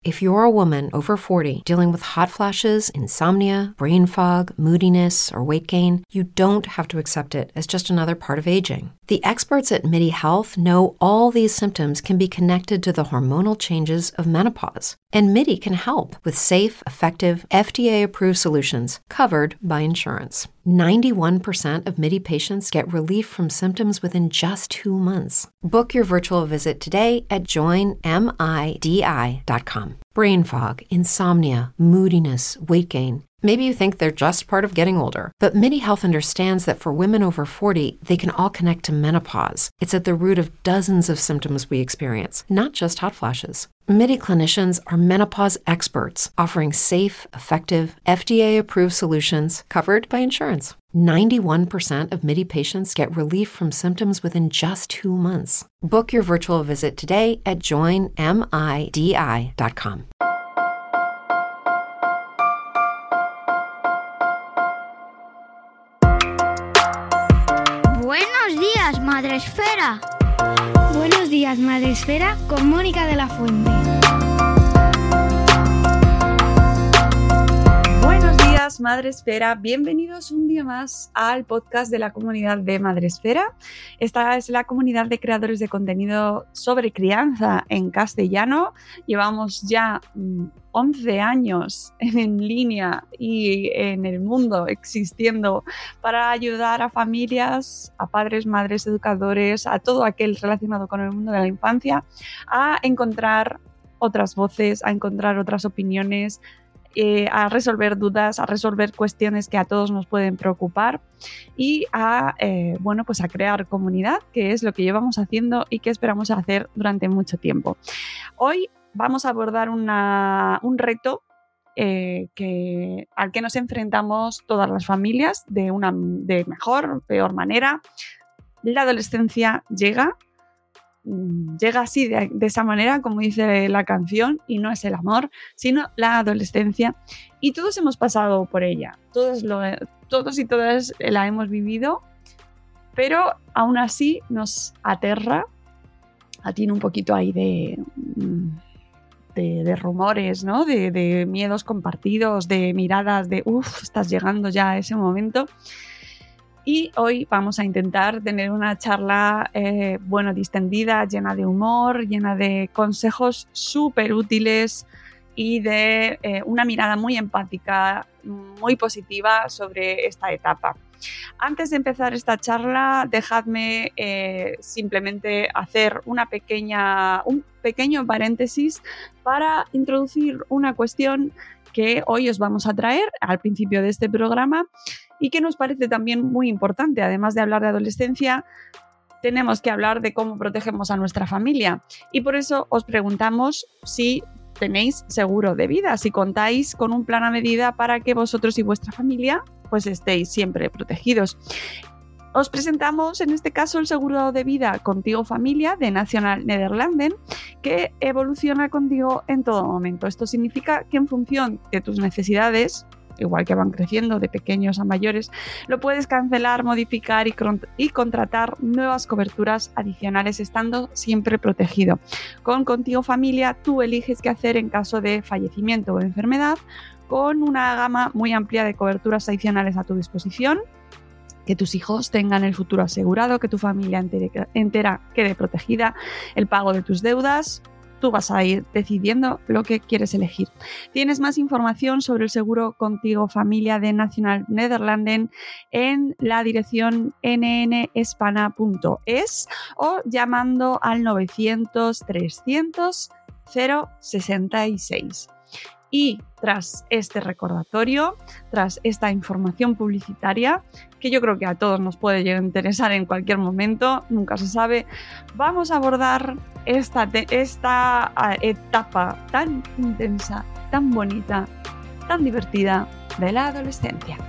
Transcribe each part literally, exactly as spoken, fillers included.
If you're a woman over forty dealing with hot flashes, insomnia, brain fog, moodiness, or weight gain, you don't have to accept it as just another part of aging. The experts at MIDI Health know all these symptoms can be connected to the hormonal changes of menopause. And MIDI can help with safe, effective, F D A-approved solutions covered by insurance. ninety-one percent of MIDI patients get relief from symptoms within just two months. Book your virtual visit today at join midi dot com. Brain fog, insomnia, moodiness, weight gain. Maybe you think they're just part of getting older, but MIDI Health understands that for women over forty, they can all connect to menopause. It's at the root of dozens of symptoms we experience, not just hot flashes. MIDI clinicians are menopause experts offering safe, effective, F D A-approved solutions covered by insurance. ninety-one percent of MIDI patients get relief from symptoms within just two months. Book your virtual visit today at join midi dot com. Buenos días, Madre Esfera. Buenos días, Madre Esfera, con Mónica de la Fuente. Buenos días, Madre Esfera. Bienvenidos un día más al podcast de la comunidad de Madre Esfera. Esta es la comunidad de creadores de contenido sobre crianza en castellano. Llevamos ya mmm, once años en línea y en el mundo existiendo para ayudar a familias, a padres, madres, educadores, a todo aquel relacionado con el mundo de la infancia a encontrar otras voces, a encontrar otras opiniones, eh, a resolver dudas, a resolver cuestiones que a todos nos pueden preocupar y a, eh, bueno, pues a crear comunidad, que es lo que llevamos haciendo y que esperamos hacer durante mucho tiempo. Hoy vamos a abordar una, un reto eh, que, al que nos enfrentamos todas las familias de una de mejor o peor manera. La adolescencia llega, llega así de, de esa manera, como dice la canción, y no es el amor, sino la adolescencia. Y todos hemos pasado por ella, todos, lo, todos y todas la hemos vivido, pero aún así nos aterra, tiene un poquito ahí de... De, de rumores, ¿no? De, de miedos compartidos, de miradas de uff, estás llegando ya a ese momento. Y hoy vamos a intentar tener una charla, eh, bueno, distendida, llena de humor, llena de consejos súper útiles y de eh, una mirada muy empática, muy positiva sobre esta etapa. Antes de empezar esta charla, dejadme eh, simplemente hacer una pequeña, un pequeño paréntesis para introducir una cuestión que hoy os vamos a traer al principio de este programa y que nos parece también muy importante. Además de hablar de adolescencia, tenemos que hablar de cómo protegemos a nuestra familia. Y por eso os preguntamos si tenéis seguro de vida, si contáis con un plan a medida para que vosotros y vuestra familia pues estéis siempre protegidos. Os presentamos en este caso el seguro de vida Contigo Familia de Nationale-Nederlanden, que evoluciona contigo en todo momento. Esto significa que en función de tus necesidades, igual que van creciendo de pequeños a mayores, lo puedes cancelar, modificar y, y contratar nuevas coberturas adicionales estando siempre protegido. Con Contigo Familia tú eliges qué hacer en caso de fallecimiento o enfermedad, con una gama muy amplia de coberturas adicionales a tu disposición, que tus hijos tengan el futuro asegurado, que tu familia entera, entera quede protegida, el pago de tus deudas. Tú vas a ir decidiendo lo que quieres elegir. Tienes más información sobre el seguro Contigo Familia de Nationale-Nederlanden en la dirección n n hispana punto es o llamando al novecientos trescientos cero sesenta y seis. Y tras este recordatorio, tras esta información publicitaria, que yo creo que a todos nos puede llegar a interesar en cualquier momento, nunca se sabe, vamos a abordar esta, esta etapa tan intensa, tan bonita, tan divertida de la adolescencia.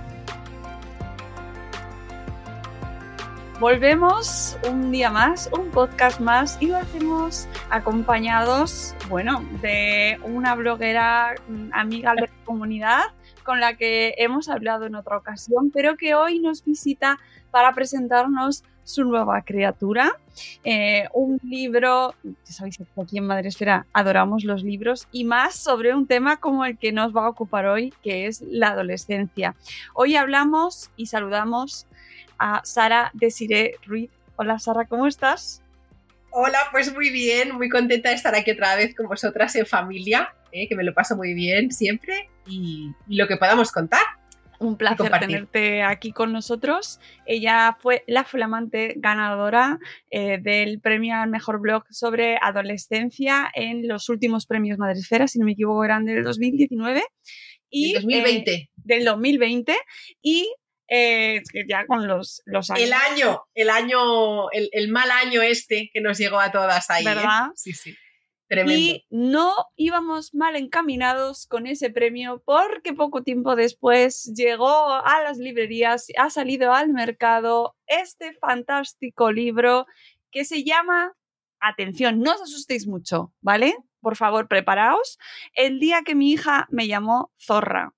Volvemos un día más, un podcast más, y lo hacemos acompañados, bueno, de una bloguera amiga de la comunidad con la que hemos hablado en otra ocasión, pero que hoy nos visita para presentarnos su nueva criatura. Eh, un libro, ya sabéis que aquí en Madresfera adoramos los libros, y más sobre un tema como el que nos va a ocupar hoy, que es la adolescencia. Hoy hablamos y saludamos a Sara Desiré Ruiz. Hola Sara, ¿cómo estás? Hola, pues muy bien, muy contenta de estar aquí otra vez con vosotras en familia, eh, que me lo paso muy bien siempre y, y lo que podamos contar. Un placer tenerte aquí con nosotros. Ella fue la flamante ganadora eh, del premio al mejor blog sobre adolescencia en los últimos premios Madresfera, si no me equivoco, eran del dos mil diecinueve. Y, del dos mil veinte. Eh, del dos mil veinte. Y eh, ya con los, los años. El año, el año, el, el mal año este que nos llegó a todas ahí. ¿Verdad? ¿Eh? Sí, sí. Tremendo. Y no íbamos mal encaminados con ese premio porque poco tiempo después llegó a las librerías, ha salido al mercado este fantástico libro que se llama, atención, no os asustéis mucho, ¿vale? Por favor, preparaos. El día que mi hija me llamó zorra.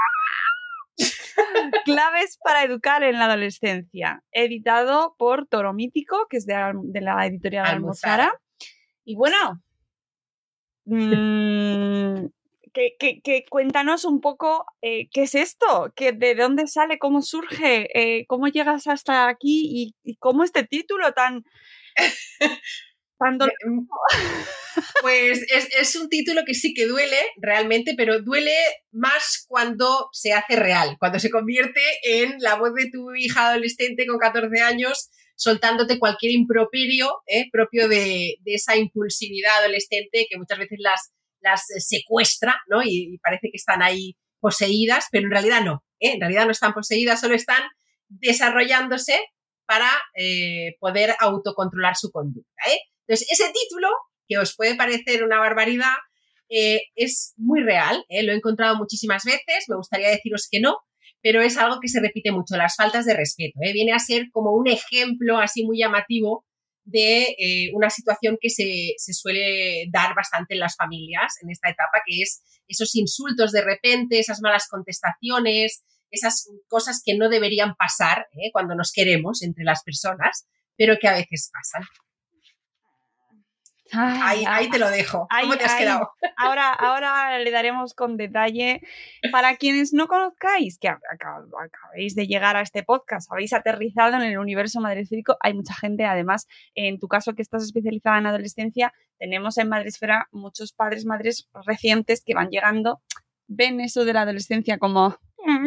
Claves para educar en la adolescencia. Editado por Toro Mítico, que es de, de la editorial Almozara. Almozara. Y bueno... Mm, que, que, que cuéntanos un poco eh, qué es esto, que, de dónde sale, cómo surge, eh, cómo llegas hasta aquí y, y cómo este título tan... tan Pues es, es un título que sí que duele realmente, pero duele más cuando se hace real, cuando se convierte en la voz de tu hija adolescente con catorce años soltándote cualquier improperio eh, propio de, de esa impulsividad adolescente que muchas veces las, las secuestra, ¿no? Y, y parece que están ahí poseídas, pero en realidad no, ¿eh? En realidad no están poseídas, solo están desarrollándose para eh, poder autocontrolar su conducta, ¿eh? Entonces, ese título, que os puede parecer una barbaridad, eh, es muy real, ¿eh? Lo he encontrado muchísimas veces, me gustaría deciros que no, pero es algo que se repite mucho, las faltas de respeto, ¿eh? Viene a ser como un ejemplo así muy llamativo de eh, una situación que se, se suele dar bastante en las familias en esta etapa, que es esos insultos de repente, esas malas contestaciones, esas cosas que no deberían pasar ¿eh? Cuando nos queremos entre las personas, pero que a veces pasan. Ay, ahí, ahí te lo dejo. ¿Cómo ahí, te has ahí. quedado? Ahora, ahora le daremos con detalle. Para quienes no conozcáis, que acabéis de llegar a este podcast, habéis aterrizado en el universo madresférico, hay mucha gente, además, en tu caso que estás especializada en adolescencia, tenemos en Madresfera muchos padres, madres recientes que van llegando, ven eso de la adolescencia como...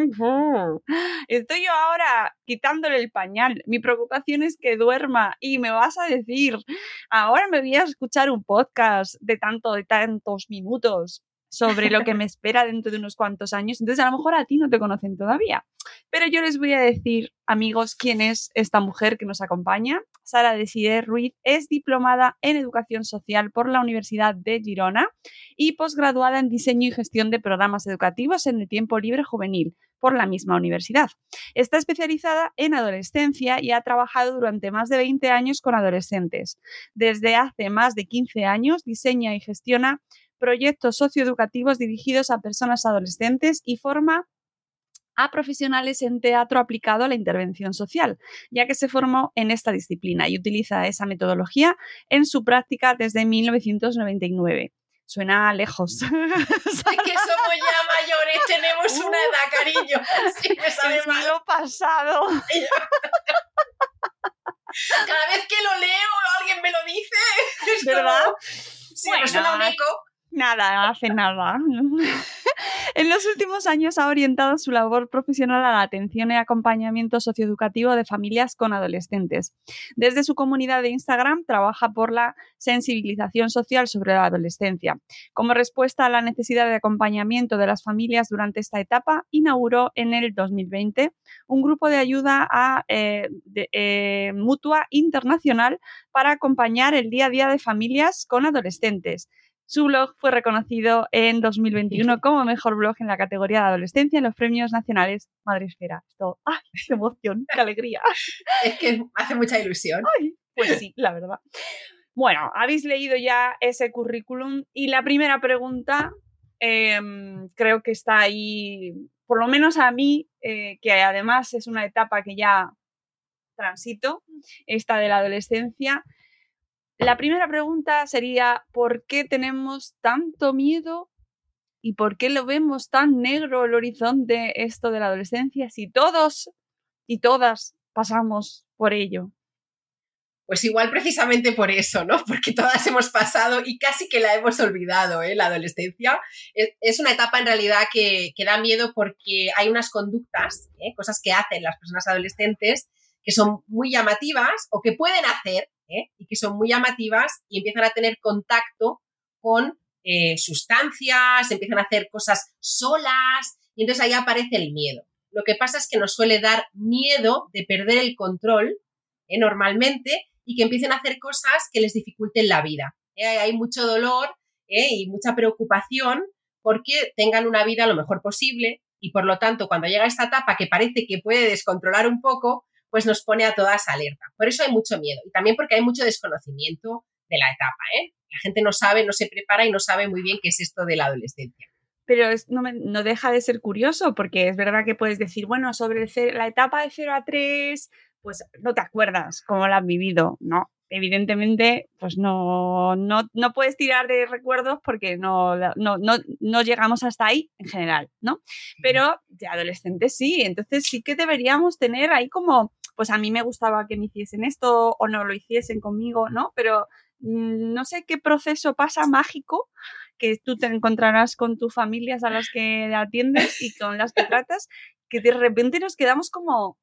Estoy yo ahora quitándole el pañal. Mi preocupación es que duerma y me vas a decir, ahora me voy a escuchar un podcast de tanto de tantos minutos sobre lo que me espera dentro de unos cuantos años. Entonces, a lo mejor a ti no te conocen todavía. Pero yo les voy a decir, amigos, quién es esta mujer que nos acompaña. Sara Desiré Ruiz es diplomada en Educación Social por la Universidad de Girona y posgraduada en Diseño y Gestión de Programas Educativos en el Tiempo Libre Juvenil por la misma universidad. Está especializada en adolescencia y ha trabajado durante más de veinte años con adolescentes. Desde hace más de quince años diseña y gestiona proyectos socioeducativos dirigidos a personas adolescentes y forma a profesionales en teatro aplicado a la intervención social, ya que se formó en esta disciplina y utiliza esa metodología en su práctica desde mil novecientos noventa y nueve. Suena lejos. Es que somos ya mayores, tenemos una edad, cariño. Sí, me sabe mal. Lo pasado. Cada vez que lo leo, alguien me lo dice. Es ¿verdad? Como... Sí, bueno, me suena un eco. Nada, hace nada. En los últimos años ha orientado su labor profesional a la atención y acompañamiento socioeducativo de familias con adolescentes. Desde su comunidad de Instagram trabaja por la sensibilización social sobre la adolescencia. Como respuesta a la necesidad de acompañamiento de las familias durante esta etapa, inauguró en el dos mil veinte un grupo de ayuda a, eh, de, eh, mutua internacional para acompañar el día a día de familias con adolescentes. Su blog fue reconocido en dos mil veintiuno como mejor blog en la categoría de adolescencia en los premios nacionales Madresfera. Esto, ¡ay, qué emoción, qué alegría! Es que hace mucha ilusión. Ay, pues sí, la verdad. Bueno, habéis leído ya ese currículum y la primera pregunta eh, creo que está ahí, por lo menos a mí, eh, que además es una etapa que ya transito esta de la adolescencia. La primera pregunta sería, ¿por qué tenemos tanto miedo y por qué lo vemos tan negro el horizonte esto de la adolescencia si todos y todas pasamos por ello? Pues igual precisamente por eso, ¿no? Porque todas hemos pasado y casi que la hemos olvidado, ¿eh? La adolescencia. Es, es una etapa en realidad que, que da miedo porque hay unas conductas, ¿eh? Cosas que hacen las personas adolescentes que son muy llamativas o que pueden hacer, ¿eh? Y que son muy llamativas y empiezan a tener contacto con eh, sustancias, empiezan a hacer cosas solas y entonces ahí aparece el miedo. Lo que pasa es que nos suele dar miedo de perder el control, ¿eh? Normalmente, y que empiecen a hacer cosas que les dificulten la vida. ¿eh? Hay mucho dolor ¿eh? y mucha preocupación porque tengan una vida lo mejor posible y, por lo tanto, cuando llega esta etapa que parece que puede descontrolar un poco, pues nos pone a todas alerta. Por eso hay mucho miedo y también porque hay mucho desconocimiento de la etapa. ¿eh? La gente no sabe, no se prepara y no sabe muy bien qué es esto de la adolescencia. Pero es, no, me, no deja de ser curioso porque es verdad que puedes decir, bueno, sobre el cero, la etapa de cero a tres... pues no te acuerdas cómo la has vivido, ¿no? Evidentemente, pues no, no, no puedes tirar de recuerdos porque no, no, no, no llegamos hasta ahí en general, ¿no? Pero de adolescentes sí, entonces sí que deberíamos tener ahí como, pues a mí me gustaba que me hiciesen esto o no lo hiciesen conmigo, ¿no? Pero mmm, no sé qué proceso pasa mágico que tú te encontrarás con tus familias a las que atiendes y con las que tratas, que de repente nos quedamos como...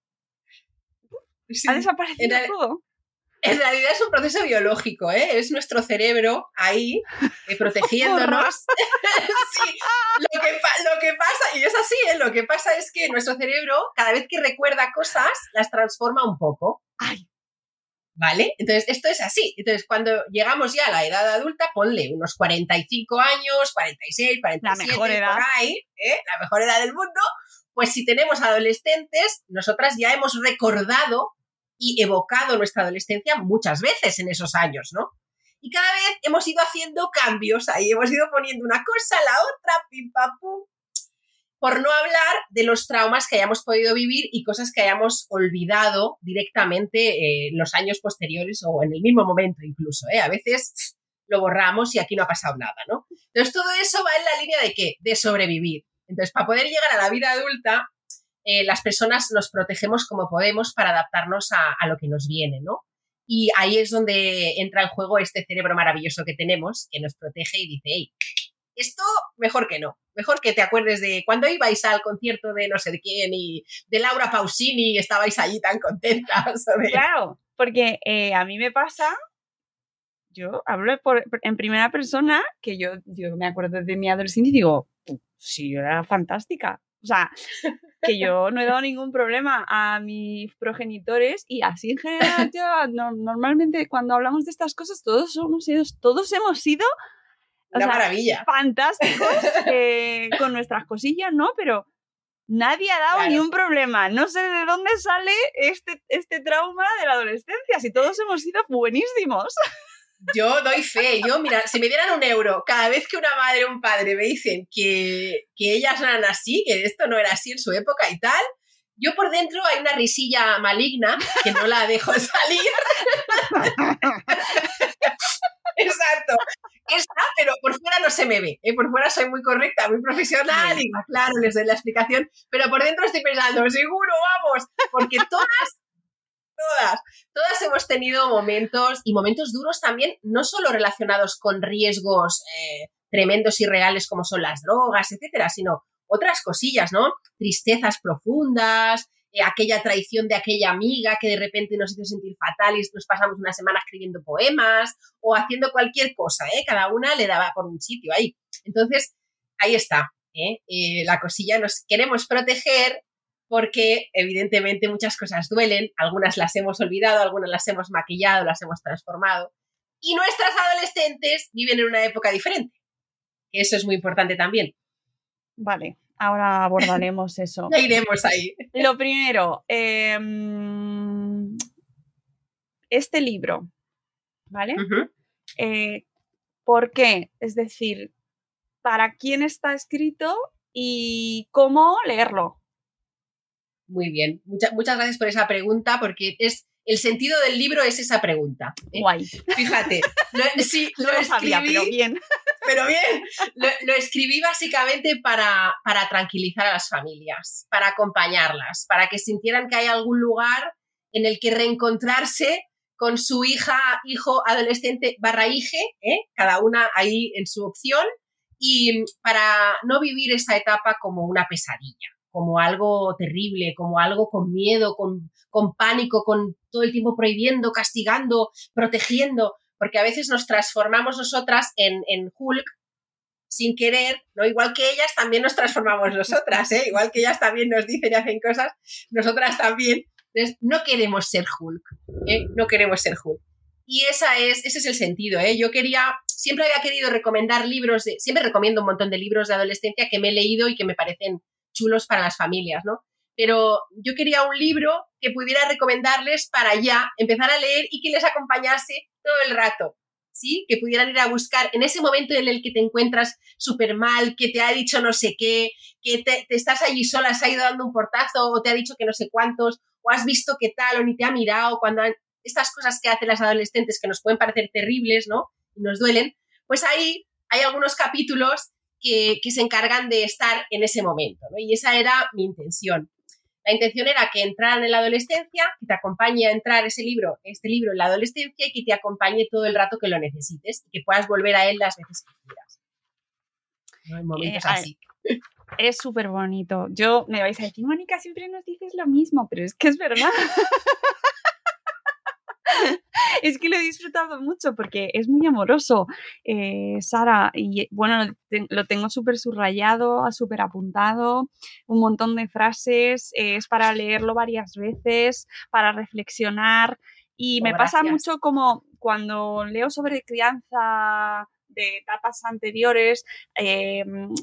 Sí, ha desaparecido en todo. En realidad es un proceso biológico, ¿eh? Es nuestro cerebro ahí eh, protegiéndonos. Sí, lo que, lo que pasa, y es así, ¿eh? Lo que pasa es que nuestro cerebro, cada vez que recuerda cosas, las transforma un poco. Ay. ¿Vale? Entonces, esto es así. Entonces, cuando llegamos ya a la edad adulta, ponle unos cuarenta y cinco años, cuarenta y seis, cuarenta y siete, la mejor edad. Por ahí, ¿eh? La mejor edad del mundo. Pues si tenemos adolescentes, nosotras ya hemos recordado y evocado nuestra adolescencia muchas veces en esos años, ¿no? Y cada vez hemos ido haciendo cambios ahí, hemos ido poniendo una cosa, la otra, pim, pam, pum, por no hablar de los traumas que hayamos podido vivir y cosas que hayamos olvidado directamente en eh, los años posteriores o en el mismo momento incluso, ¿eh? A veces pff, lo borramos y aquí no ha pasado nada, ¿no? Entonces todo eso va en la línea de ¿qué? De sobrevivir. Entonces, para poder llegar a la vida adulta, Eh, las personas nos protegemos como podemos para adaptarnos a, a lo que nos viene, ¿no? Y ahí es donde entra en juego este cerebro maravilloso que tenemos, que nos protege y dice, hey, esto mejor que no, mejor que te acuerdes de cuando ibais al concierto de no sé de quién y de Laura Pausini y estabais allí tan contentas. ¿Sabes? Claro, porque eh, a mí me pasa, yo hablo por, en primera persona, que yo, yo me acuerdo de mi adolescencia y digo, sí, yo era fantástica. O sea, que yo no he dado ningún problema a mis progenitores y así en general yo, no, normalmente cuando hablamos de estas cosas todos hemos sido, todos hemos sido una sea, maravilla. Fantásticos eh, con nuestras cosillas, ¿no? Pero nadie ha dado claro. ni un problema. No sé de dónde sale este, este trauma de la adolescencia, si todos hemos sido buenísimos. Yo doy fe, yo, mira, si me dieran un euro cada vez que una madre o un padre me dicen que, que ellas no eran así, que esto no era así en su época y tal, yo por dentro hay una risilla maligna que no la dejo salir. Exacto. Esa, pero por fuera no se me ve, ¿eh? Por fuera soy muy correcta, muy profesional y claro, les doy la explicación, pero por dentro estoy pensando, seguro, vamos, porque todas Todas, todas hemos tenido momentos y momentos duros también, no solo relacionados con riesgos eh, tremendos y reales como son las drogas, etcétera, sino otras cosillas, ¿no? Tristezas profundas, eh, aquella traición de aquella amiga que de repente nos hizo sentir fatal y nos pasamos una semana escribiendo poemas o haciendo cualquier cosa, ¿eh? Cada una le daba por un sitio ahí. Entonces, ahí está, ¿eh? Eh, la cosilla, nos queremos proteger porque evidentemente muchas cosas duelen, algunas las hemos olvidado, algunas las hemos maquillado, las hemos transformado, y nuestras adolescentes viven en una época diferente. Eso es muy importante también. Vale, ahora abordaremos eso. Ya iremos ahí. Lo primero, eh, este libro, ¿vale? Uh-huh. Eh, ¿Por qué? Es decir, ¿para quién está escrito y cómo leerlo? Muy bien, Mucha, muchas gracias por esa pregunta porque es el sentido del libro es esa pregunta. ¿eh? Guay. Fíjate, lo, sí, no lo, lo escribí, sabía, pero bien. Pero bien, lo, lo escribí básicamente para, para tranquilizar a las familias, para acompañarlas, para que sintieran que hay algún lugar en el que reencontrarse con su hija, hijo, adolescente barra hije, ¿eh? cada una ahí en su opción, y para no vivir esa etapa como una pesadilla, como algo terrible, como algo con miedo, con, con pánico, con todo el tiempo prohibiendo, castigando, protegiendo, porque a veces nos transformamos nosotras en, en Hulk sin querer, ¿no? Igual que ellas también nos transformamos nosotras, ¿eh? Igual que ellas también nos dicen y hacen cosas, nosotras también. Entonces, no queremos ser Hulk, ¿eh? No queremos ser Hulk. Y esa es, ese es el sentido, ¿eh? Yo quería, siempre había querido recomendar libros, de, siempre recomiendo un montón de libros de adolescencia que me he leído y que me parecen chulos para las familias, ¿no? Pero yo quería un libro que pudiera recomendarles para ya empezar a leer y que les acompañase todo el rato, ¿sí? Que pudieran ir a buscar en ese momento en el que te encuentras súper mal, que te ha dicho no sé qué, que te, te estás allí sola, se ha ido dando un portazo o te ha dicho que no sé cuántos, o has visto qué tal o ni te ha mirado, cuando han, estas cosas que hacen las adolescentes que nos pueden parecer terribles, ¿no? Y nos duelen, pues ahí hay algunos capítulos que, que se encargan de estar en ese momento, ¿no? Y esa era mi intención. La intención era que entraran en la adolescencia, que te acompañe a entrar ese libro, este libro en la adolescencia y que te acompañe todo el rato que lo necesites y que puedas volver a él las veces que quieras. ¿No? En momentos eh, así. Es súper bonito. Yo, me vais a decir, Mónica, siempre nos dices lo mismo, pero es que es verdad. Es que lo he disfrutado mucho porque es muy amoroso, eh, Sara, y bueno, te, lo tengo súper subrayado, súper apuntado, un montón de frases, eh, es para leerlo varias veces, para reflexionar, y oh, me gracias. Pasa mucho como cuando leo sobre crianza de etapas anteriores, eh,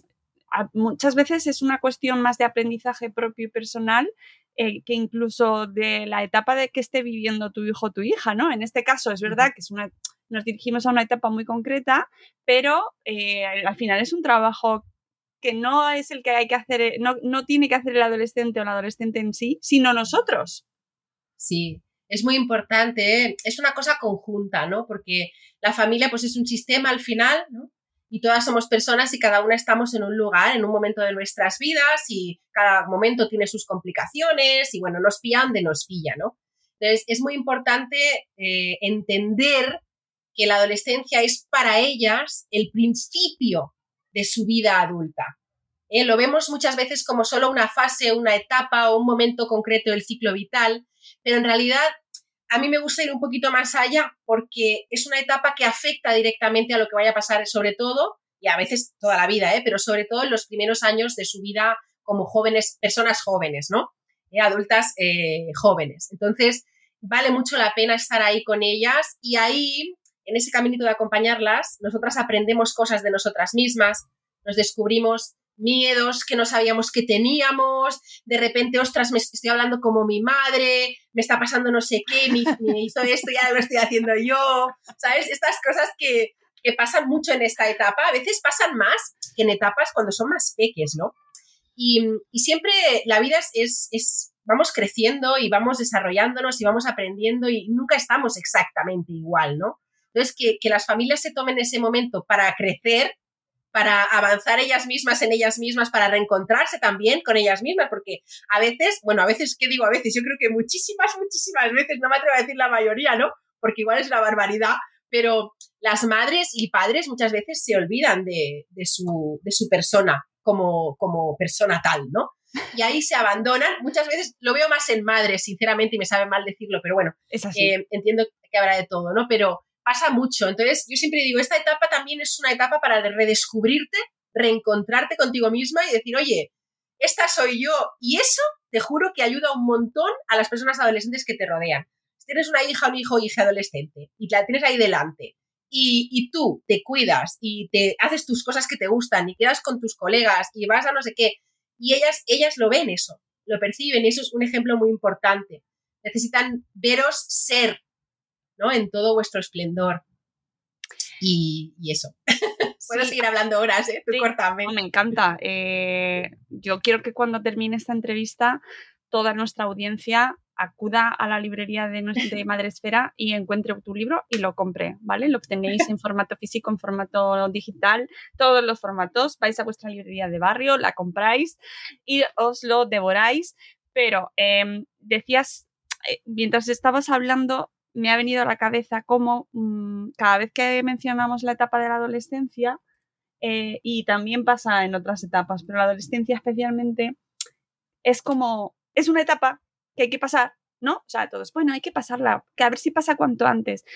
muchas veces es una cuestión más de aprendizaje propio y personal, Eh, que incluso de la etapa de que esté viviendo tu hijo o tu hija, ¿no? En este caso es verdad que es una, nos dirigimos a una etapa muy concreta, pero eh, al final es un trabajo que no es el que hay que hacer, no, no tiene que hacer el adolescente o la adolescente en sí, sino nosotros. Sí, es muy importante, ¿eh? Es una cosa conjunta, ¿no? Porque la familia pues es un sistema al final, ¿no? Y todas somos personas y cada una estamos en un lugar, en un momento de nuestras vidas y cada momento tiene sus complicaciones y bueno, nos pilla donde nos pilla, ¿no? Entonces es muy importante eh, entender que la adolescencia es para ellas el principio de su vida adulta. ¿Eh? Lo vemos muchas veces como solo una fase, una etapa o un momento concreto del ciclo vital, pero en realidad a mí me gusta ir un poquito más allá porque es una etapa que afecta directamente a lo que vaya a pasar, sobre todo, y a veces toda la vida, ¿eh? Pero sobre todo en los primeros años de su vida como jóvenes, personas jóvenes, ¿no? ¿Eh? Adultas eh, jóvenes. Entonces, vale mucho la pena estar ahí con ellas y ahí, en ese caminito de acompañarlas, nosotras aprendemos cosas de nosotras mismas, nos descubrimos miedos que no sabíamos que teníamos, de repente, ostras, me estoy hablando como mi madre, me está pasando no sé qué, me, me hizo esto y ahora lo estoy haciendo yo, ¿sabes? Estas cosas que, que pasan mucho en esta etapa, a veces pasan más que en etapas cuando son más peques, ¿no? Y, y siempre la vida es, es, es, vamos creciendo y vamos desarrollándonos y vamos aprendiendo y nunca estamos exactamente igual, ¿no? Entonces, que, que las familias se tomen ese momento para crecer, para avanzar ellas mismas en ellas mismas, para reencontrarse también con ellas mismas, porque a veces, bueno, a veces, ¿qué digo a veces? Yo creo que muchísimas, muchísimas veces, no me atrevo a decir la mayoría, ¿no? Porque igual es una barbaridad, pero las madres y padres muchas veces se olvidan de, de, su, de su persona como, como persona tal, ¿no? Y ahí se abandonan, muchas veces lo veo más en madres, sinceramente, y me sabe mal decirlo, pero bueno, es así. Eh, entiendo que habrá de todo, ¿no? Pero pasa mucho. Entonces, yo siempre digo, esta etapa también es una etapa para redescubrirte, reencontrarte contigo misma y decir, oye, esta soy yo. Y eso, te juro que ayuda un montón a las personas adolescentes que te rodean. Si tienes una hija, un hijo o hija adolescente y la tienes ahí delante y, y tú te cuidas y te haces tus cosas que te gustan y quedas con tus colegas y vas a no sé qué, y ellas, ellas lo ven eso, lo perciben y eso es un ejemplo muy importante. Necesitan veros ser, ¿no? En todo vuestro esplendor. Y, y eso. Puedo sí. seguir hablando horas, ¿eh? Tú sí. córtame. No, me encanta. Eh, yo quiero que cuando termine esta entrevista toda nuestra audiencia acuda a la librería de, de Madresfera y encuentre tu libro y lo compre, ¿vale? Lo tenéis en formato físico, en formato digital, todos los formatos. Vais a vuestra librería de barrio, la compráis y os lo devoráis. Pero eh, decías, eh, mientras estabas hablando, me ha venido a la cabeza cómo mmm, cada vez que mencionamos la etapa de la adolescencia, eh, y también pasa en otras etapas, pero la adolescencia especialmente, es como, es una etapa que hay que pasar, ¿no? O sea, todos, bueno, hay que pasarla, que a ver si pasa cuanto antes.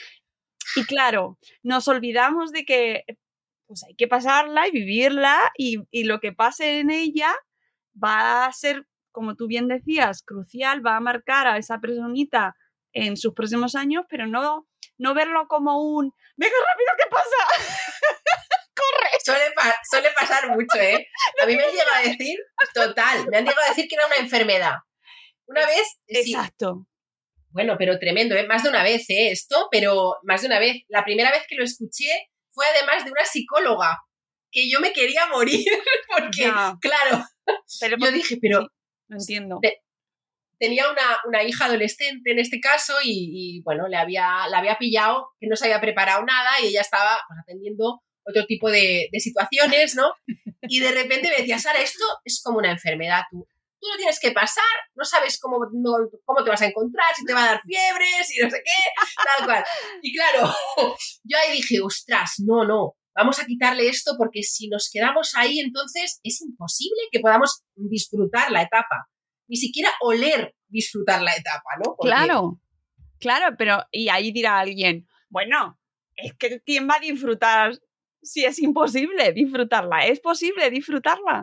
Y claro, nos olvidamos de que pues hay que pasarla y vivirla y, y lo que pase en ella va a ser, como tú bien decías, crucial, va a marcar a esa personita en sus próximos años, pero no, no verlo como un ¡venga rápido, qué pasa! ¡Corre! Suele, pa- suele pasar mucho, ¿eh? A mí me han llegado a decir, total, me han llegado a decir que era una enfermedad. Una vez, exacto. Sí. Bueno, pero tremendo, ¿eh? Más de una vez, ¿eh? Esto, pero más de una vez. La primera vez que lo escuché fue además de una psicóloga, que yo me quería morir, porque, no. claro, pero yo dije, pero... Sí, no entiendo. De, tenía una, una hija adolescente en este caso y, y bueno, le había, la había pillado, que no se había preparado nada y ella estaba pues, atendiendo otro tipo de, de situaciones, ¿no? Y de repente me decía, Sara, esto es como una enfermedad, tú. Tú lo tienes que pasar, no sabes cómo, no, cómo te vas a encontrar, si te va a dar fiebres y no sé qué, tal cual. Y claro, yo ahí dije, ostras, no, no, vamos a quitarle esto porque si nos quedamos ahí, entonces es imposible que podamos disfrutar la etapa. Ni siquiera oler disfrutar la etapa, ¿no? Porque... Claro, claro, pero y ahí dirá alguien, bueno, es que ¿quién va a disfrutar si es imposible disfrutarla? ¿Es posible disfrutarla?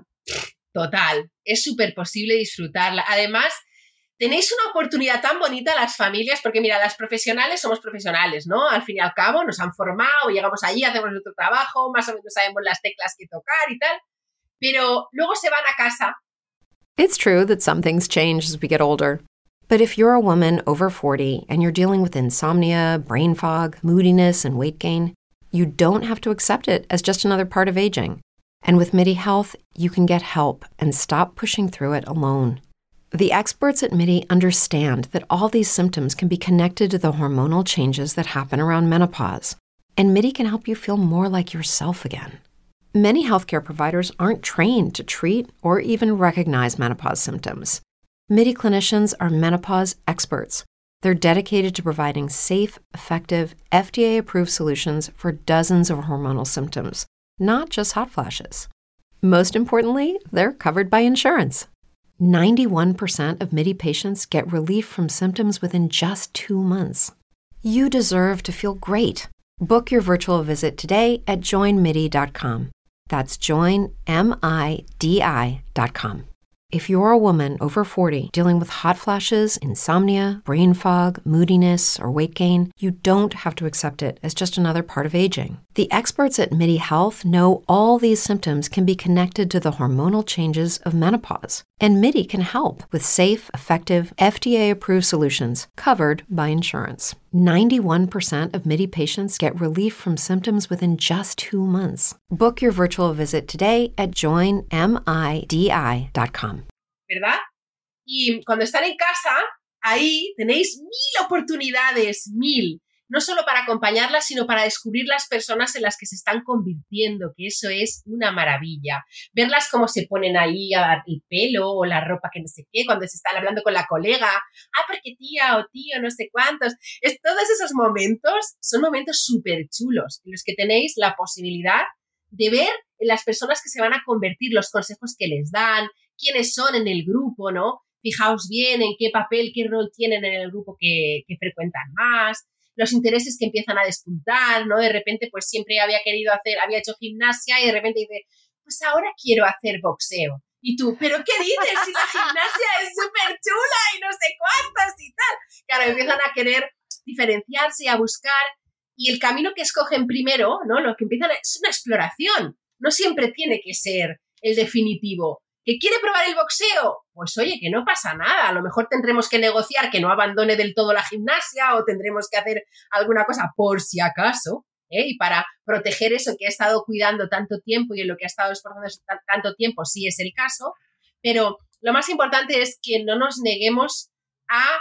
Total, es súper posible disfrutarla. Además, tenéis una oportunidad tan bonita las familias, porque mira, las profesionales somos profesionales, ¿no? Al fin y al cabo nos han formado, llegamos allí, hacemos nuestro trabajo, más o menos sabemos las teclas que tocar y tal, pero luego se van a casa. It's true that some things change as we get older. But if you're a woman over forty and you're dealing with insomnia, brain fog, moodiness, and weight gain, you don't have to accept it as just another part of aging. And with MIDI Health, you can get help and stop pushing through it alone. The experts at MIDI understand that all these symptoms can be connected to the hormonal changes that happen around menopause, and MIDI can help you feel more like yourself again. Many healthcare providers aren't trained to treat or even recognize menopause symptoms. MIDI clinicians are menopause experts. They're dedicated to providing safe, effective, F D A-approved solutions for dozens of hormonal symptoms, not just hot flashes. Most importantly, they're covered by insurance. ninety-one percent of MIDI patients get relief from symptoms within just two months. You deserve to feel great. Book your virtual visit today at join midi dot com. That's join midi dot com. If you're a woman over forty dealing with hot flashes, insomnia, brain fog, moodiness, or weight gain, you don't have to accept it as just another part of aging. The experts at MIDI Health know all these symptoms can be connected to the hormonal changes of menopause, and MIDI can help with safe, effective, F D A-approved solutions covered by insurance. ninety-one percent of MIDI patients get relief from symptoms within just two months. Book your virtual visit today at join midi dot com. ¿Verdad? Y cuando están en casa, ahí tenéis mil oportunidades, mil. No solo para acompañarlas, sino para descubrir las personas en las que se están convirtiendo, que eso es una maravilla. Verlas cómo se ponen ahí a dar el pelo o la ropa que no sé qué, cuando se están hablando con la colega. Ah, porque tía o tío, no sé cuántos. Es, todos esos momentos son momentos súper chulos en los que tenéis la posibilidad de ver en las personas que se van a convertir, los consejos que les dan, quiénes son en el grupo, ¿no? Fijaos bien en qué papel, qué rol tienen en el grupo que, que frecuentan más, los intereses que empiezan a despuntar, ¿no? De repente, pues siempre había querido hacer, había hecho gimnasia y de repente dice, pues ahora quiero hacer boxeo. Y tú, ¿pero qué dices? Si la gimnasia es súper chula y no sé cuántos y tal. Claro, empiezan a querer diferenciarse y a buscar. Y el camino que escogen primero, ¿no? Lo que empiezan es una exploración. No siempre tiene que ser el definitivo. ¿Que quiere probar el boxeo? Pues oye, que no pasa nada. A lo mejor tendremos que negociar que no abandone del todo la gimnasia o tendremos que hacer alguna cosa por si acaso, ¿eh? Y para proteger eso que ha estado cuidando tanto tiempo y en lo que ha estado esforzándose t- tanto tiempo, sí es el caso. Pero lo más importante es que no nos neguemos a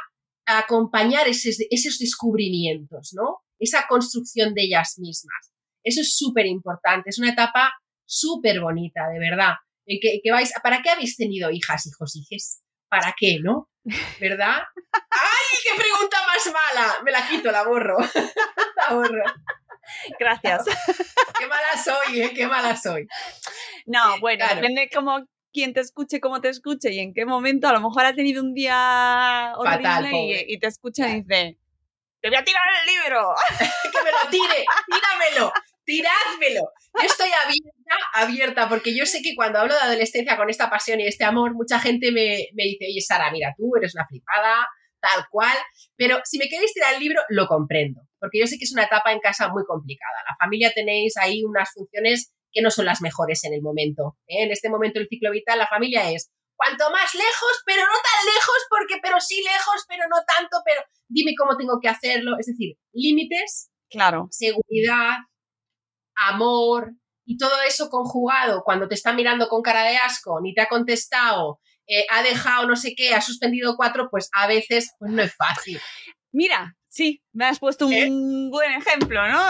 acompañar esos, esos descubrimientos, ¿no? Esa construcción de ellas mismas. Eso es súper importante, es una etapa súper bonita, de verdad. En que, que vais, ¿para qué habéis tenido hijas, hijos, hijes? ¿Para qué, no? ¿Verdad? ¡Ay, qué pregunta más mala! Me la quito, la borro. La borro. Gracias. Qué mala soy, ¿eh? Qué mala soy. No, bueno, claro. Depende cómo quien te escuche, cómo te escuche y en qué momento. A lo mejor ha tenido un día horrible Fatal, y, y te escucha y dice, ¡te voy a tirar el libro! ¡Que me lo tire! ¡Tíramelo! ¡Tirádmelo! Yo estoy abierta, abierta, porque yo sé que cuando hablo de adolescencia con esta pasión y este amor, mucha gente me, me dice, oye, Sara, mira, tú eres una flipada, tal cual, pero si me queréis tirar el libro, lo comprendo, porque yo sé que es una etapa en casa muy complicada. La familia tenéis ahí unas funciones que no son las mejores en el momento, ¿eh? En este momento del ciclo vital, la familia es cuanto más lejos, pero no tan lejos, porque pero sí lejos, pero no tanto, pero dime cómo tengo que hacerlo. Es decir, límites, claro, seguridad, amor y todo eso conjugado cuando te está mirando con cara de asco, ni te ha contestado, eh, ha dejado no sé qué, ha suspendido cuatro, pues a veces pues no es fácil. Mira, sí, me has puesto un ¿Eh? buen ejemplo, ¿no?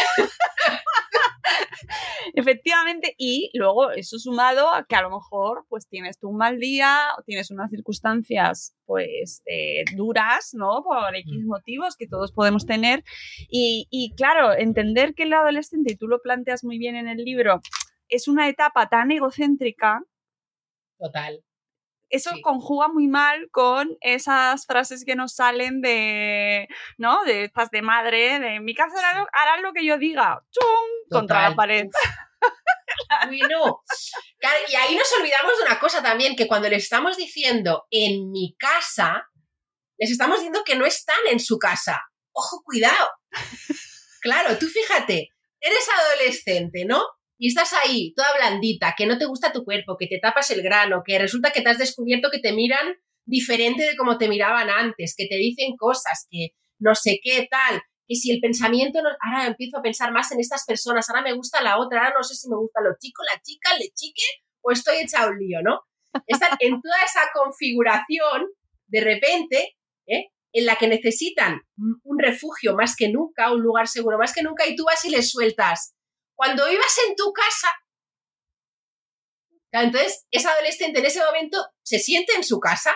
Efectivamente, y luego eso sumado a que a lo mejor pues tienes tú un mal día o tienes unas circunstancias pues eh, duras, ¿no? Por X motivos que todos podemos tener y, y claro, entender que el adolescente, y tú lo planteas muy bien en el libro, es una etapa tan egocéntrica. Total. Eso sí. conjuga muy mal con esas frases que nos salen de, ¿no? De estas de madre, de en mi casa harán, harán lo que yo diga, ¡chum! Contra la pared. Bueno, claro, y ahí nos olvidamos de una cosa también, que cuando les estamos diciendo en mi casa, les estamos diciendo que no están en su casa. ¡Ojo, cuidado! Claro, tú fíjate, eres adolescente, ¿no? Y estás ahí, toda blandita, que no te gusta tu cuerpo, que te tapas el grano, que resulta que te has descubierto que te miran diferente de como te miraban antes, que te dicen cosas, que no sé qué, tal, que si el pensamiento, no, ahora empiezo a pensar más en estas personas, ahora me gusta la otra, ahora no sé si me gustan los chicos, la chica, el chique, o estoy hecha un lío, ¿no? Están en toda esa configuración, de repente, ¿eh? En la que necesitan un refugio más que nunca, un lugar seguro más que nunca, y tú vas y les sueltas. Cuando ibas en tu casa, entonces esa adolescente en ese momento se siente en su casa.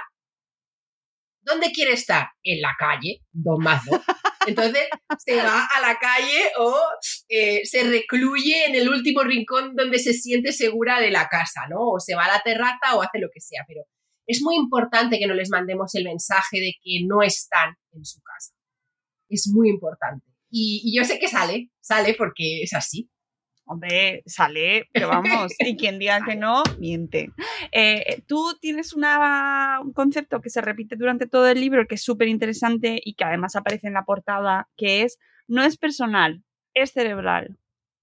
¿Dónde quiere estar? En la calle, dos más dos. Entonces se va a la calle o eh, se recluye en el último rincón donde se siente segura de la casa, ¿no? O se va a la terraza o hace lo que sea. Pero es muy importante que no les mandemos el mensaje de que no están en su casa. Es muy importante. Y, y yo sé que sale, sale porque es así. Hombre, sale, pero vamos, y quien diga que no, miente. Eh, tú tienes una, un concepto que se repite durante todo el libro que es súper interesante y que además aparece en la portada, que es, no es personal, es cerebral.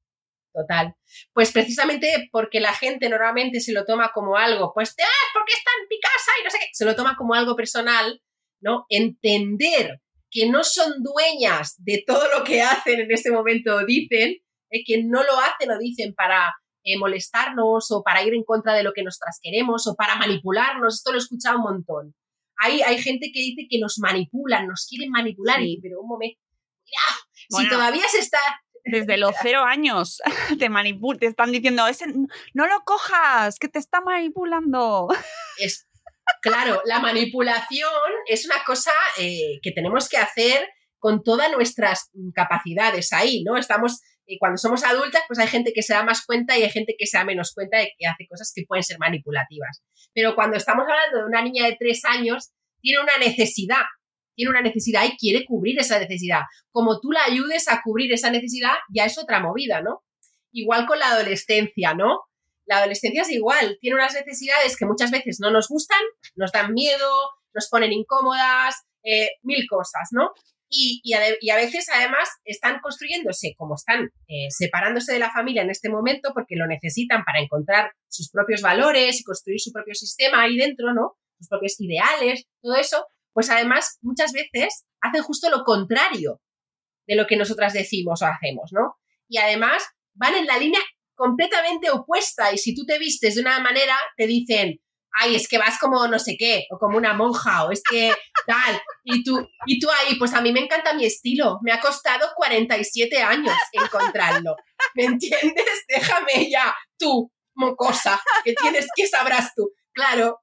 Total. Pues precisamente porque la gente normalmente se lo toma como algo, pues, ah, porque está en mi casa y no sé qué, se lo toma como algo personal, ¿no? Entender que no son dueñas de todo lo que hacen en este momento o dicen, Eh, que no lo hacen o dicen para eh, molestarnos o para ir en contra de lo que nosotras queremos o para manipularnos. Esto lo he escuchado un montón. Hay, hay gente que dice que nos manipulan, nos quieren manipular, sí. y, pero un momento, mira, bueno, si todavía se está... Desde los cero años te manipul- te están diciendo, ese, no lo cojas, que te está manipulando. Es, claro, la manipulación es una cosa eh, que tenemos que hacer con todas nuestras capacidades ahí, ¿no? Estamos... Y cuando somos adultas, pues hay gente que se da más cuenta y hay gente que se da menos cuenta de que hace cosas que pueden ser manipulativas. Pero cuando estamos hablando de una niña de tres años, tiene una necesidad, tiene una necesidad y quiere cubrir esa necesidad. Como tú la ayudes a cubrir esa necesidad, ya es otra movida, ¿no? Igual con la adolescencia, ¿no? La adolescencia es igual, tiene unas necesidades que muchas veces no nos gustan, nos dan miedo, nos ponen incómodas, eh, mil cosas, ¿no? Y, y, a, y a veces, además, están construyéndose, como están eh, separándose de la familia en este momento, porque lo necesitan para encontrar sus propios valores y construir su propio sistema ahí dentro, ¿no? Sus propios ideales, todo eso, pues además, muchas veces hacen justo lo contrario de lo que nosotras decimos o hacemos, ¿no? Y además van en la línea completamente opuesta y si tú te vistes de una manera, te dicen, ay, es que vas como no sé qué, o como una monja, o es que tal, y tú, y tú ahí, pues a mí me encanta mi estilo, me ha costado cuarenta y siete años encontrarlo, ¿me entiendes? Déjame ya, tú, mocosa, que tienes, ¿qué sabrás tú? Claro,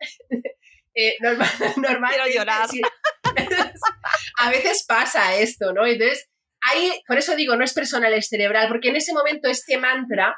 eh, normal, normal. Quiero llorar. Sí. A veces pasa esto, ¿no? Entonces, ahí, por eso digo, no es personal, es cerebral, porque en ese momento este mantra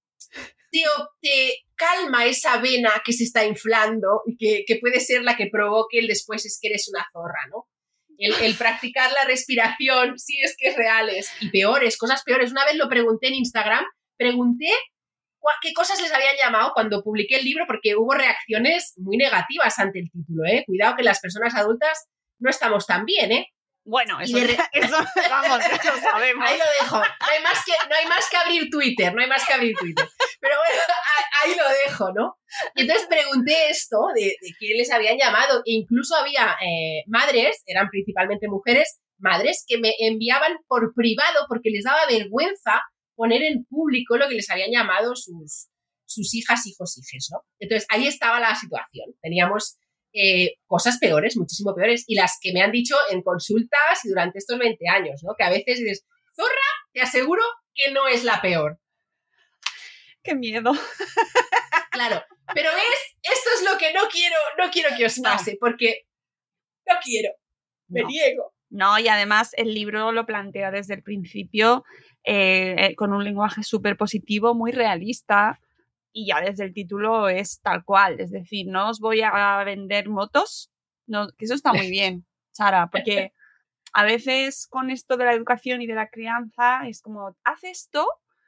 te, te calma esa vena que se está inflando y que, que puede ser la que provoque el después es que eres una zorra, ¿no? El, el practicar la respiración, sí, es que es reales, y peores, cosas peores. Una vez lo pregunté en Instagram, pregunté qué cosas les habían llamado cuando publiqué el libro, porque hubo reacciones muy negativas ante el título, ¿eh? Cuidado que las personas adultas no estamos tan bien, ¿eh? Bueno, eso, re... eso vamos, eso sabemos. Ahí lo dejo. No hay, más que, no hay más que abrir Twitter, no hay más que abrir Twitter. Pero bueno, ahí lo dejo, ¿no? Y entonces pregunté esto de, de qué les habían llamado, e incluso había eh, madres, eran principalmente mujeres, madres que me enviaban por privado porque les daba vergüenza poner en público lo que les habían llamado sus, sus hijas, hijos, hijes, ¿no? Entonces ahí estaba la situación. Teníamos eh, cosas peores, muchísimo peores, y las que me han dicho en consultas y durante estos veinte años, ¿no? Que a veces dices, zorra, te aseguro que no es la peor. ¡Qué miedo! Claro, pero ¿ves? Esto es lo que no quiero, no quiero que os pase, no. Porque no quiero, me no. niego. No, y además el libro lo plantea desde el principio eh, eh, con un lenguaje súper positivo, muy realista, y ya desde el título es tal cual. Es decir, no os voy a vender motos, no, que eso está muy bien, Sara, porque a veces con esto de la educación y de la crianza es como, haz esto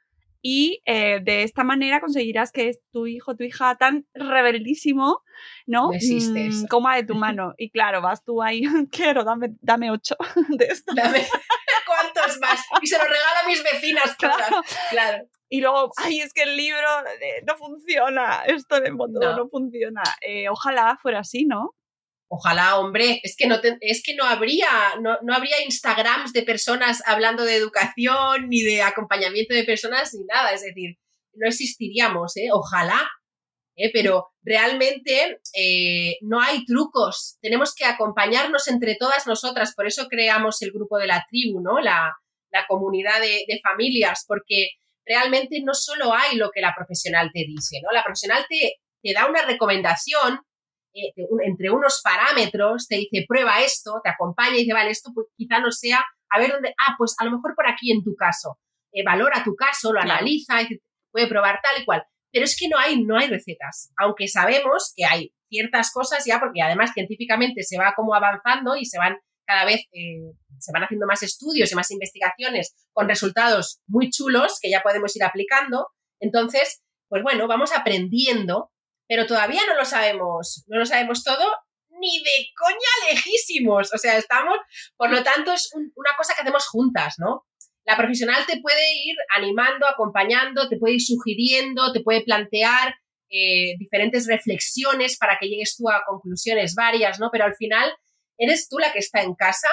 y eh, de esta manera conseguirás que es tu hijo, tu hija tan rebeldísimo, ¿no? No existe eso. Mm, coma de tu mano. Y claro, vas tú ahí, quiero, dame, dame ocho de esto. Dame, ¿cuántos más? Y se los regalo a mis vecinas. Claro. Claro. Y luego, ay, es que el libro eh, no funciona, esto de moto no, no funciona. Eh, ojalá fuera así, ¿no? Ojalá, hombre, es que no, te, es que no habría no, no habría Instagrams de personas hablando de educación, ni de acompañamiento de personas, ni nada, es decir, no existiríamos, ¿eh? Ojalá, ¿eh? Pero realmente eh, no hay trucos, tenemos que acompañarnos entre todas nosotras, por eso creamos el grupo de la tribu, ¿no? La, la comunidad de, de familias, porque realmente no solo hay lo que la profesional te dice, ¿no? La profesional te, te da una recomendación, Eh, un, entre unos parámetros, te dice, prueba esto, te acompaña y dice, vale, esto pues, quizá no sea, a ver dónde, ah, pues a lo mejor por aquí en tu caso, eh, valora tu caso, lo claro. analiza, y puede probar tal y cual, pero es que no hay, no hay recetas, aunque sabemos que hay ciertas cosas ya, porque además científicamente se va como avanzando y se van cada vez, eh, se van haciendo más estudios y más investigaciones con resultados muy chulos que ya podemos ir aplicando, entonces, pues bueno, vamos aprendiendo, pero todavía no lo sabemos, no lo sabemos todo, ni de coña lejísimos, o sea, estamos, por lo tanto, es un, una cosa que hacemos juntas, ¿no? La profesional te puede ir animando, acompañando, te puede ir sugiriendo, te puede plantear eh, diferentes reflexiones para que llegues tú a conclusiones varias, ¿no? Pero al final, eres tú la que está en casa,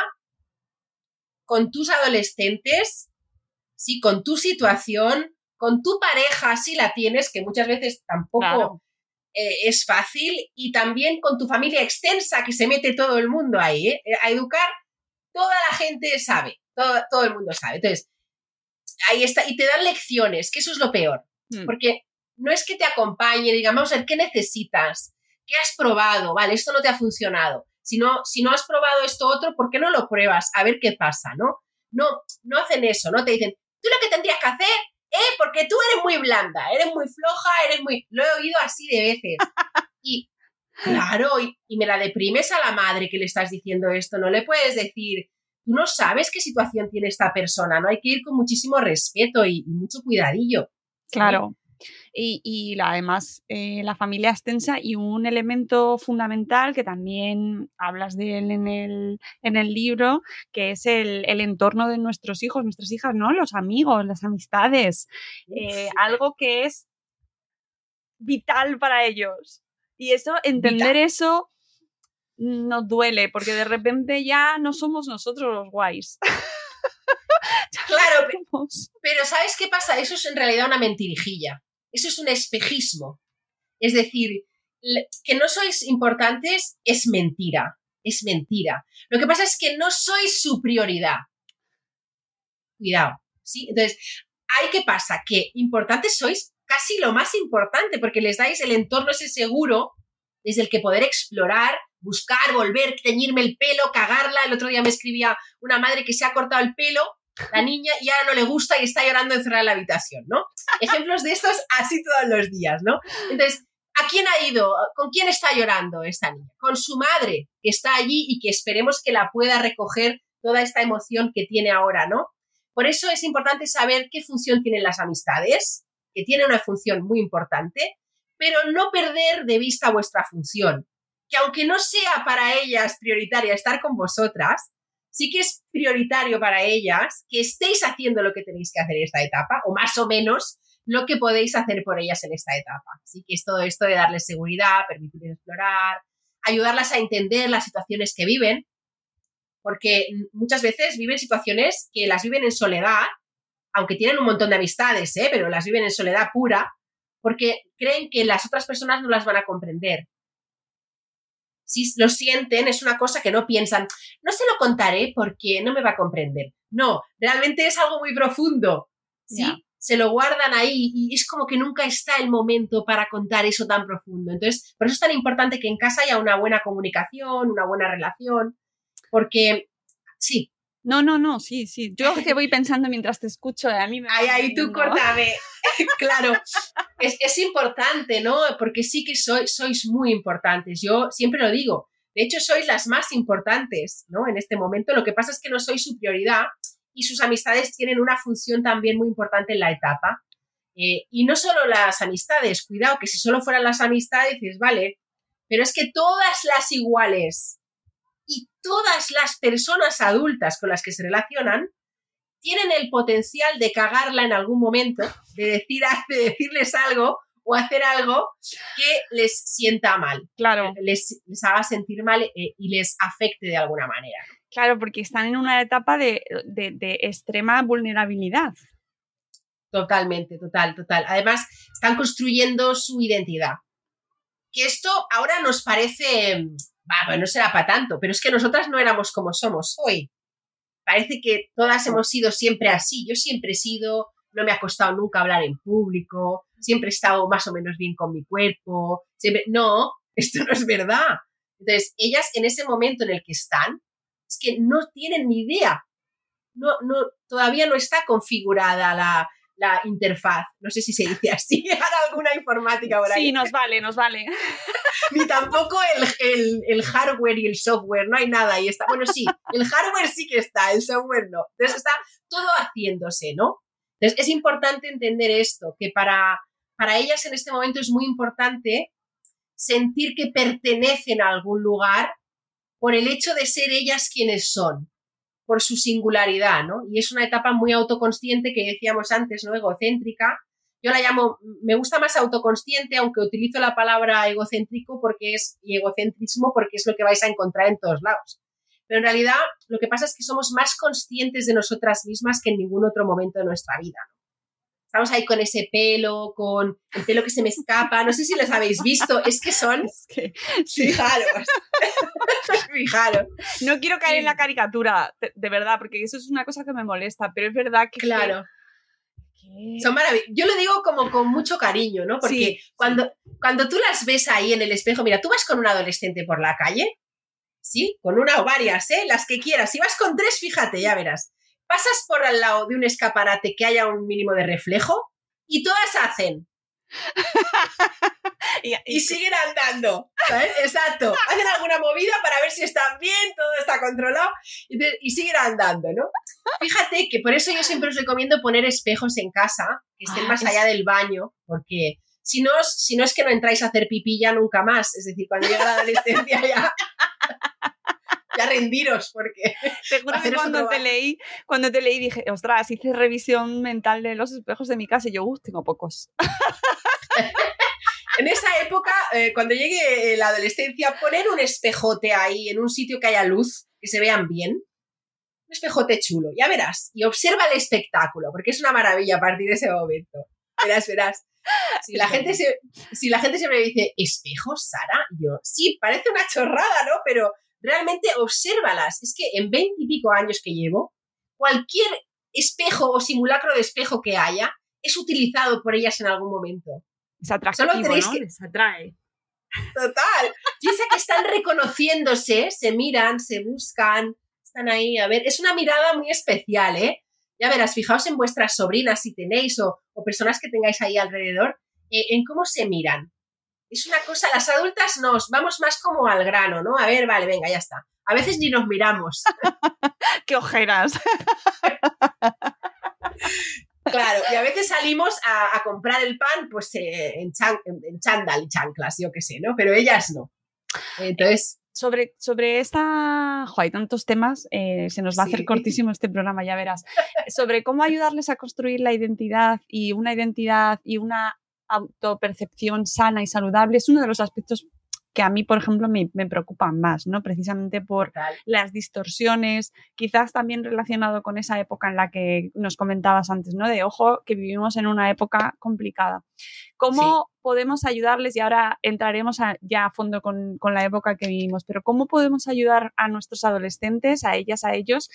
con tus adolescentes, sí, con tu situación, con tu pareja, si la tienes, que muchas veces tampoco... Claro. Eh, es fácil, y también con tu familia extensa, que se mete todo el mundo ahí, ¿eh? A educar, toda la gente sabe, todo, todo el mundo sabe. Entonces, ahí está, y te dan lecciones, que eso es lo peor, mm. porque no es que te acompañe, digamos, vamos a ver, ¿qué necesitas? ¿Qué has probado? Vale, esto no te ha funcionado. Si no, si no has probado esto otro, ¿por qué no lo pruebas? A ver qué pasa, ¿no? No, no hacen eso, ¿no? Te dicen, tú lo que tendrías que hacer Eh, porque tú eres muy blanda, eres muy floja, eres muy... Lo he oído así de veces. Y, claro, y, y me la deprimes a la madre que le estás diciendo esto. No le puedes decir, tú no sabes qué situación tiene esta persona, ¿no? Hay que ir con muchísimo respeto y, y mucho cuidadillo. Claro. Y, y la, además eh, la familia extensa, y un elemento fundamental que también hablas de él en el, en el libro, que es el, el entorno de nuestros hijos, nuestras hijas, ¿no? Los amigos, las amistades, eh, algo que es vital para ellos. Y eso, entender vital. Eso nos duele, porque de repente ya no somos nosotros los guays. Claro, pero, pero ¿sabes qué pasa? Eso es en realidad una mentirijilla. Eso es un espejismo. Es decir, que no sois importantes es mentira, es mentira. Lo que pasa es que no sois su prioridad. Cuidado, ¿sí? Entonces, ¿ahí qué pasa? Que importantes sois casi lo más importante, porque les dais el entorno ese seguro desde el que poder explorar, buscar, volver, teñirme el pelo, cagarla. El otro día me escribía una madre que se ha cortado el pelo, la niña, y ahora no le gusta y está llorando encerrada en la habitación, ¿no? Ejemplos de estos así todos los días, ¿no? Entonces, ¿a quién ha ido? ¿Con quién está llorando esta niña? Con su madre, que está allí y que esperemos que la pueda recoger toda esta emoción que tiene ahora, ¿no? Por eso es importante saber qué función tienen las amistades, que tienen una función muy importante, pero no perder de vista vuestra función, que aunque no sea para ellas prioritaria estar con vosotras, sí que es prioritario para ellas que estéis haciendo lo que tenéis que hacer en esta etapa, o más o menos lo que podéis hacer por ellas en esta etapa. Así que es todo esto de darles seguridad, permitirles explorar, ayudarlas a entender las situaciones que viven, porque muchas veces viven situaciones que las viven en soledad, aunque tienen un montón de amistades, ¿eh? Pero las viven en soledad pura, porque creen que las otras personas no las van a comprender. Si lo sienten, es una cosa que no piensan, no se lo contaré porque no me va a comprender. No, realmente es algo muy profundo, ¿sí? Yeah. Se lo guardan ahí y es como que nunca está el momento para contar eso tan profundo. Entonces, por eso es tan importante que en casa haya una buena comunicación, una buena relación, porque sí. No, no, no, sí, sí. Yo que voy pensando mientras te escucho, a mí me... Ay, ay, tú córtame. Claro, es, es importante, ¿no? Porque sí que sois, sois muy importantes. Yo siempre lo digo. De hecho, sois las más importantes, ¿no? En este momento. Lo que pasa es que no sois su prioridad y sus amistades tienen una función también muy importante en la etapa. Eh, y no solo las amistades, cuidado, que si solo fueran las amistades, dices, vale, pero es que todas las iguales y todas las personas adultas con las que se relacionan tienen el potencial de cagarla en algún momento, de, decir, de decirles algo o hacer algo que les sienta mal, claro. les, les haga sentir mal eh, y les afecte de alguna manera. Claro, porque están en una etapa de, de, de extrema vulnerabilidad. Totalmente, total, total. Además, están construyendo su identidad. Que esto ahora nos parece... Va, pues no será para tanto, pero es que nosotras no éramos como somos hoy. Parece que todas hemos sido siempre así. Yo siempre he sido, no me ha costado nunca hablar en público, siempre he estado más o menos bien con mi cuerpo. Siempre... No, esto no es verdad. Entonces, ellas en ese momento en el que están, es que no tienen ni idea. No, no, todavía no está configurada la, la interfaz. No sé si se dice así. Ahora alguna informática por ahí. Sí, nos vale, nos vale. Ni tampoco el, el, el hardware y el software, no hay nada ahí está. Bueno, sí, el hardware sí que está, el software no. Entonces está todo haciéndose, ¿no? Entonces es importante entender esto, que para, para ellas en este momento es muy importante sentir que pertenecen a algún lugar por el hecho de ser ellas quienes son, por su singularidad, ¿no? Y es una etapa muy autoconsciente que decíamos antes, ¿no? Egocéntrica. Yo la llamo, me gusta más autoconsciente, aunque utilizo la palabra egocéntrico porque es, y egocentrismo porque es lo que vais a encontrar en todos lados. Pero en realidad lo que pasa es que somos más conscientes de nosotras mismas que en ningún otro momento de nuestra vida, ¿no? Estamos ahí con ese pelo, con el pelo que se me escapa, no sé si los habéis visto, es que son... Es que, sí. Fijaros, fijaros. No quiero caer sí. en la caricatura, de, de verdad, porque eso es una cosa que me molesta, pero es verdad que... Claro. Que... Son maravillosos. Yo lo digo como con mucho cariño, ¿no? Porque sí, cuando, sí. cuando tú las ves ahí en el espejo, mira, tú vas con un adolescente por la calle, ¿sí? Con una o varias, ¿eh? Las que quieras. Si vas con tres, fíjate, ya verás. Pasas por al lado de un escaparate que haya un mínimo de reflejo y todas hacen. y, y, y siguen andando, ¿sabes? Exacto. Hacen alguna movida para ver si están bien, todo está controlado y, te, y siguen andando, ¿no? Fíjate que por eso yo siempre os recomiendo poner espejos en casa, que estén ah, más es... allá del baño, porque si no, si no es que no entráis a hacer pipí ya nunca más. Es decir, cuando llega la adolescencia ya... ya rendiros, porque... Te juro que cuando te, leí, cuando te leí dije, ostras, hice revisión mental de los espejos de mi casa y yo, uff, tengo pocos. En esa época, eh, cuando llegue la adolescencia, poner un espejote ahí, en un sitio que haya luz, que se vean bien, un espejote chulo, ya verás, y observa el espectáculo, porque es una maravilla a partir de ese momento. Verás, verás. Si la, gente se, si la gente siempre me dice, ¿espejos, Sara? Y yo, sí, parece una chorrada, ¿no? Pero realmente obsérvalas. Es que en veinte y pico años que llevo, cualquier espejo o simulacro de espejo que haya es utilizado por ellas en algún momento. Es atractivo, Solo tenéis ¿no? que... Les atrae. Total. Piensa que están reconociéndose, se miran, se buscan, están ahí. A ver, es una mirada muy especial, ¿eh? Ya verás, fijaos en vuestras sobrinas si tenéis o, o personas que tengáis ahí alrededor, eh, en cómo se miran. Es una cosa, las adultas nos vamos más como al grano, ¿no? A ver, vale, venga, ya está. A veces ni nos miramos. ¡Qué ojeras! Claro, y a veces salimos a, a comprar el pan pues eh, en, chan, en, en chándal y chanclas, yo qué sé, ¿no? Pero ellas no. Entonces... Sobre, sobre esta... Jo, hay tantos temas, eh, se nos va a hacer Sí. cortísimo este programa, ya verás. Sobre cómo ayudarles a construir la identidad y una identidad y una autopercepción sana y saludable es uno de los aspectos que a mí, por ejemplo, me, me preocupan más, ¿no? Precisamente por Total. las distorsiones, quizás también relacionado con esa época en la que nos comentabas antes, ¿no? De, ojo, que vivimos en una época complicada. ¿Cómo sí. podemos ayudarles? Y ahora entraremos a, ya a fondo con, con la época que vivimos, pero ¿cómo podemos ayudar a nuestros adolescentes, a ellas, a ellos,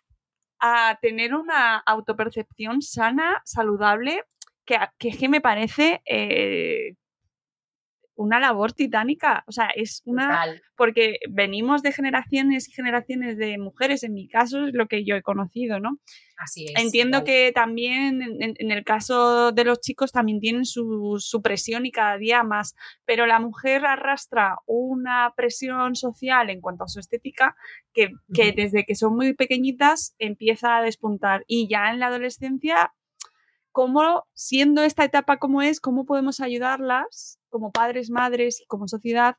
a tener una autopercepción sana, saludable, que, que, que me parece... Eh, una labor titánica, o sea, es una... Total. Porque venimos de generaciones y generaciones de mujeres, en mi caso es lo que yo he conocido, ¿no? Así es. Entiendo igual. que también en, en el caso de los chicos también tienen su, su presión y cada día más, pero la mujer arrastra una presión social en cuanto a su estética que, que uh-huh. desde que son muy pequeñitas empieza a despuntar y ya en la adolescencia... ¿Cómo, siendo esta etapa como es, cómo podemos ayudarlas como padres, madres y como sociedad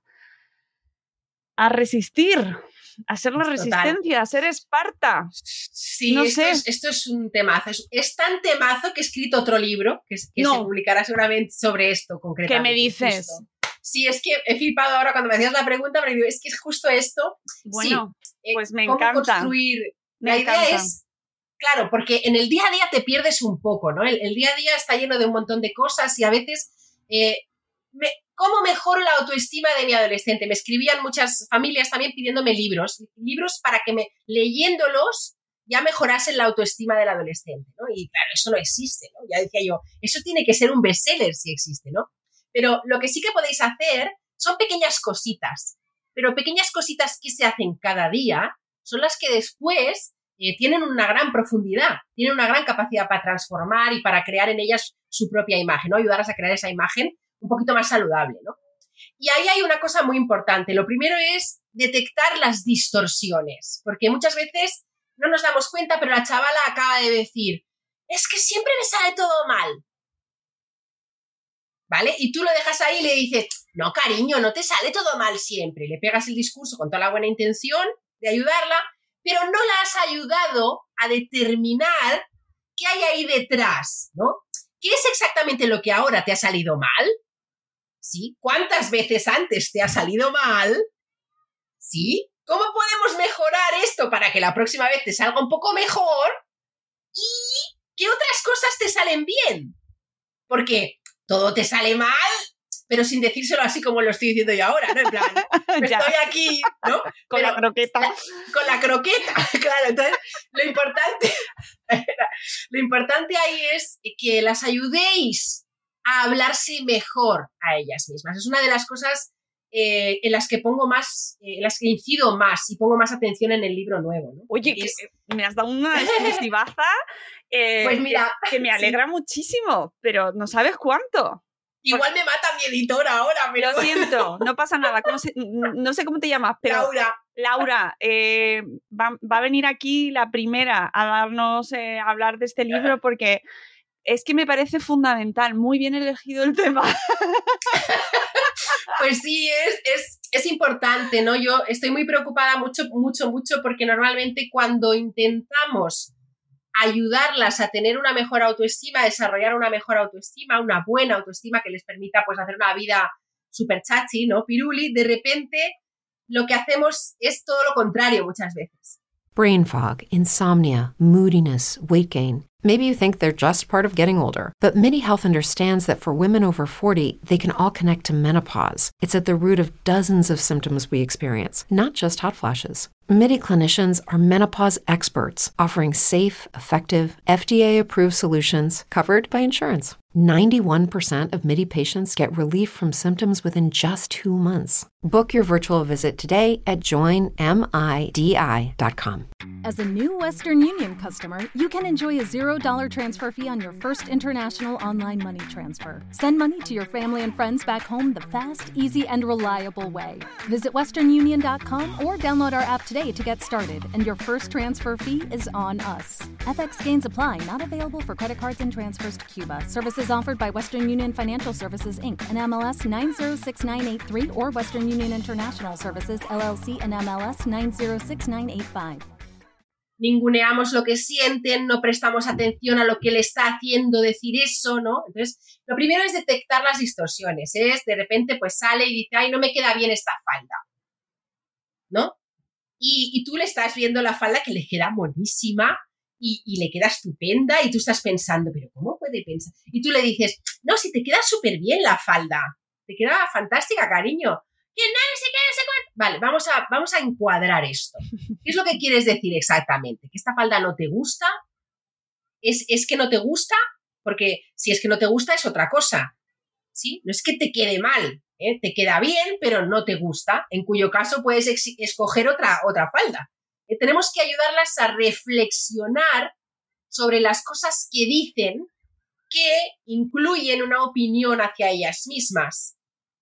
a resistir, a ser la resistencia, a ser Esparta? Sí, no esto, sé. es, esto es un temazo. Es, es tan temazo que he escrito otro libro que, que no. se publicará seguramente sobre esto concretamente. ¿Qué me dices? Justo. Sí, es que he flipado ahora cuando me hacías la pregunta, pero digo, es que es justo esto. Bueno, sí, pues me ¿cómo encanta. Construir? Me la encanta. idea es... Claro, porque en el día a día te pierdes un poco, ¿no? El, el día a día está lleno de un montón de cosas y a veces, eh, me, ¿cómo mejoro la autoestima de mi adolescente? Me escribían muchas familias también pidiéndome libros, libros para que me, leyéndolos ya mejorasen la autoestima del adolescente, ¿no? Y claro, eso no existe, ¿no? Ya decía yo, eso tiene que ser un bestseller si existe, ¿no? Pero lo que sí que podéis hacer son pequeñas cositas, pero pequeñas cositas que se hacen cada día son las que después... Eh, tienen una gran profundidad, tienen una gran capacidad para transformar y para crear en ellas su propia imagen, ¿no? Ayudarlas a crear esa imagen un poquito más saludable, ¿no? Y ahí hay una cosa muy importante. Lo primero es detectar las distorsiones, porque muchas veces no nos damos cuenta, pero la chavala acaba de decir, es que siempre me sale todo mal, ¿vale? Y tú lo dejas ahí y le dices, no, cariño, no te sale todo mal siempre. Le pegas el discurso con toda la buena intención de ayudarla, pero no la has ayudado a determinar qué hay ahí detrás, ¿no? ¿Qué es exactamente lo que ahora te ha salido mal? ¿Sí? ¿Cuántas veces antes te ha salido mal? ¿Sí? ¿Cómo podemos mejorar esto para que la próxima vez te salga un poco mejor? ¿Y qué otras cosas te salen bien? Porque todo te sale mal, pero sin decírselo así como lo estoy diciendo yo ahora, ¿no? En plan, estoy aquí, ¿no? Con pero, la croqueta. La, con la croqueta, claro. Entonces, lo importante, lo importante ahí es que las ayudéis a hablarse mejor a ellas mismas. Es una de las cosas eh, en las que pongo más, eh, en las que incido más y pongo más atención en el libro nuevo, ¿no? Oye, que, es... me has dado una exclusivaza eh, pues mira, que, que me alegra sí. muchísimo, pero no sabes cuánto. Igual me mata mi editor ahora, pero... Lo siento, no pasa nada. ¿Cómo se, no sé cómo te llamas, pero... Laura. Laura, eh, va, va a venir aquí la primera a darnos, eh, a hablar de este libro porque es que me parece fundamental. Muy bien elegido el tema. Pues sí, es, es, es importante, ¿no? Yo estoy muy preocupada mucho, mucho, mucho porque normalmente cuando intentamos... ayudarlas a tener una mejor autoestima, a desarrollar una mejor autoestima, una buena autoestima que les permita pues hacer una vida súper chachi, ¿no? Piruli, de repente lo que hacemos es todo lo contrario muchas veces. Brain fog, insomnia, moodiness, weight gain. Maybe you think they're just part of getting older, but MIDI Health understands that for women over forty, they can all connect to menopause. It's at the root of dozens of symptoms we experience, not just hot flashes. MIDI clinicians are menopause experts, offering safe, effective, F D A-approved solutions covered by insurance. ninety-one percent of MIDI patients get relief from symptoms within just two months. Book your virtual visit today at join midi dot com. As a new Western Union customer, you can enjoy a zero dollars transfer fee on your first international online money transfer. Send money to your family and friends back home the fast, easy, and reliable way. Visit western union dot com or download our app today to get started, and your first transfer fee is on us. F X gains apply, not available for credit cards and transfers to Cuba. Services offered by Western Union Financial Services, Incorporated, and M L S nine zero six nine eight three or Western Union International Services, L L C, and M L S nine zero six nine eight five. Ninguneamos lo que sienten, no prestamos atención a lo que le está haciendo decir eso, ¿no? Entonces, lo primero es detectar las distorsiones, es de repente pues sale y dice, ay, no me queda bien esta falda, ¿no? Y, y tú le estás viendo la falda que le queda monísima y, y le queda estupenda y tú estás pensando, pero ¿cómo puede pensar? Y tú le dices, no, si te queda súper bien la falda, te queda fantástica, cariño. Que nadie se quede, se cuenta. Vale, vamos a, vamos a encuadrar esto. ¿Qué es lo que quieres decir exactamente? ¿Que esta falda no te gusta? ¿Es, es que no te gusta? Porque si es que no te gusta es otra cosa, ¿sí? No es que te quede mal, ¿eh? Te queda bien, pero no te gusta, en cuyo caso puedes ex- escoger otra, otra falda. Eh, tenemos que ayudarlas a reflexionar sobre las cosas que dicen que incluyen una opinión hacia ellas mismas.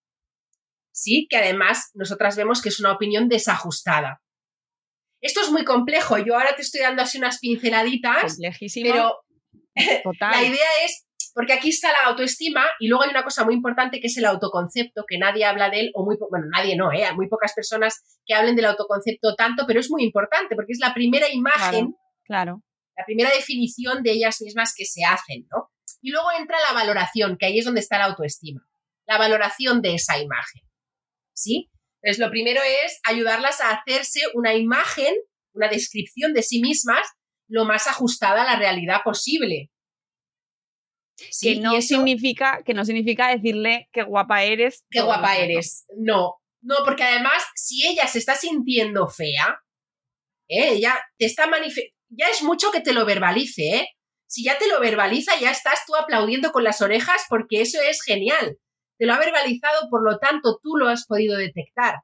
Sí, que además nosotras vemos que es una opinión desajustada. Esto es muy complejo. Yo ahora te estoy dando así unas pinceladitas, complejísimo, pero total. La idea es, porque aquí está la autoestima y luego hay una cosa muy importante que es el autoconcepto, que nadie habla de él, o muy po- bueno, nadie no, ¿eh? Hay muy pocas personas que hablen del autoconcepto tanto, pero es muy importante porque es la primera imagen, Claro, claro. la primera definición de ellas mismas que se hacen, ¿no? Y luego entra la valoración, que ahí es donde está la autoestima, la valoración de esa imagen. ¿Sí? Entonces, lo primero es ayudarlas a hacerse una imagen, una descripción de sí mismas lo más ajustada a la realidad posible. ¿Sí? Que, no Y eso, significa, que no significa decirle qué guapa eres. qué todo el guapa rato. eres. No, no, porque además, si ella se está sintiendo fea, ¿eh? ella te está manifestando, ya es mucho que te lo verbalice, ¿eh? Si ya te lo verbaliza, ya estás tú aplaudiendo con las orejas porque eso es genial. Te lo ha verbalizado, por lo tanto, tú lo has podido detectar.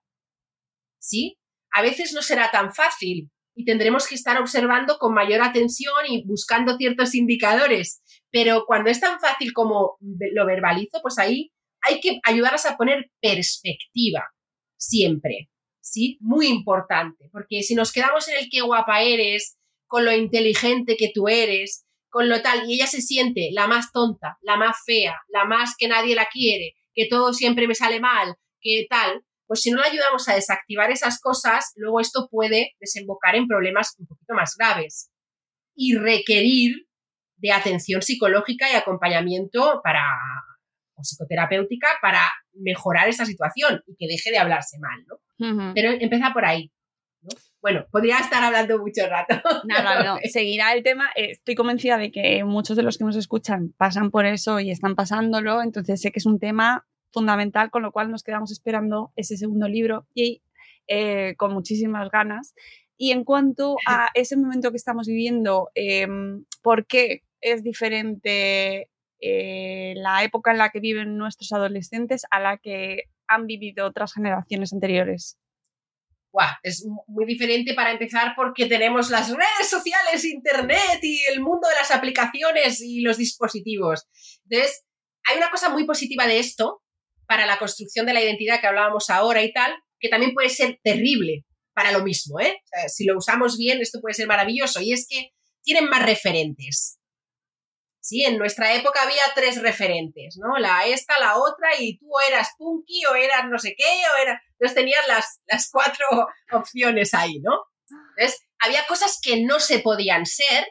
¿Sí? A veces no será tan fácil y tendremos que estar observando con mayor atención y buscando ciertos indicadores. Pero cuando es tan fácil como lo verbalizo, pues ahí hay que ayudarlas a poner perspectiva siempre. ¿Sí? Muy importante. Porque si nos quedamos en el qué guapa eres, con lo inteligente que tú eres, con lo tal, y ella se siente la más tonta, la más fea, la más que nadie la quiere, que todo siempre me sale mal, que tal, pues si no la ayudamos a desactivar esas cosas, luego esto puede desembocar en problemas un poquito más graves y requerir de atención psicológica y acompañamiento para, o psicoterapéutica para mejorar esa situación y que deje de hablarse mal, ¿no? Uh-huh. Pero empieza por ahí, ¿no? Bueno, podría estar hablando mucho rato. Nada, no, seguirá el tema. Estoy convencida de que muchos de los que nos escuchan pasan por eso y están pasándolo, entonces sé que es un tema fundamental, con lo cual nos quedamos esperando ese segundo libro y eh, con muchísimas ganas. Y en cuanto a ese momento que estamos viviendo, eh, ¿por qué es diferente eh, la época en la que viven nuestros adolescentes a la que han vivido otras generaciones anteriores? Wow, es muy diferente para empezar porque tenemos las redes sociales, internet y el mundo de las aplicaciones y los dispositivos. Entonces, hay una cosa muy positiva de esto para la construcción de la identidad que hablábamos ahora y tal, que también puede ser terrible para lo mismo, ¿eh? O sea, si lo usamos bien, esto puede ser maravilloso, y es que tienen más referentes. Sí, en nuestra época había tres referentes, ¿no? La esta, la otra, y tú eras punky o eras no sé qué, o era... Entonces tenías las, las cuatro opciones ahí, ¿no? Entonces, había cosas que no se podían ser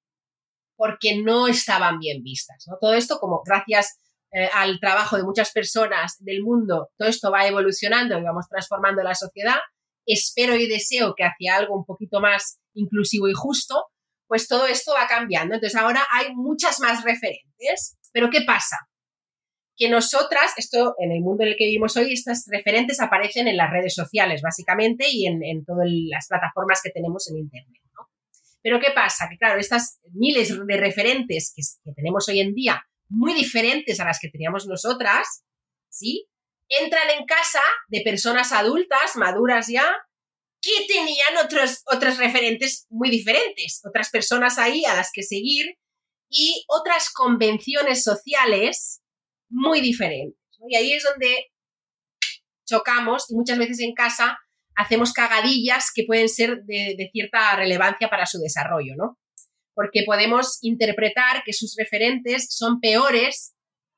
porque no estaban bien vistas, ¿no? Todo esto, como gracias eh, al trabajo de muchas personas del mundo, todo esto va evolucionando y vamos transformando la sociedad, espero y deseo que hacia algo un poquito más inclusivo y justo, pues todo esto va cambiando. Entonces ahora hay muchas más referentes. ¿Pero qué pasa? Que nosotras, esto en el mundo en el que vivimos hoy, estas referentes aparecen en las redes sociales, básicamente, y en, en todas las plataformas que tenemos en Internet, ¿no? Pero ¿qué pasa? Que claro, estas miles de referentes que, que tenemos hoy en día, muy diferentes a las que teníamos nosotras, ¿sí?, entran en casa de personas adultas, maduras ya, que tenían otros, otros referentes muy diferentes, otras personas ahí a las que seguir y otras convenciones sociales muy diferentes, ¿no? Y ahí es donde chocamos y muchas veces en casa hacemos cagadillas que pueden ser de, de cierta relevancia para su desarrollo, ¿no? Porque podemos interpretar que sus referentes son peores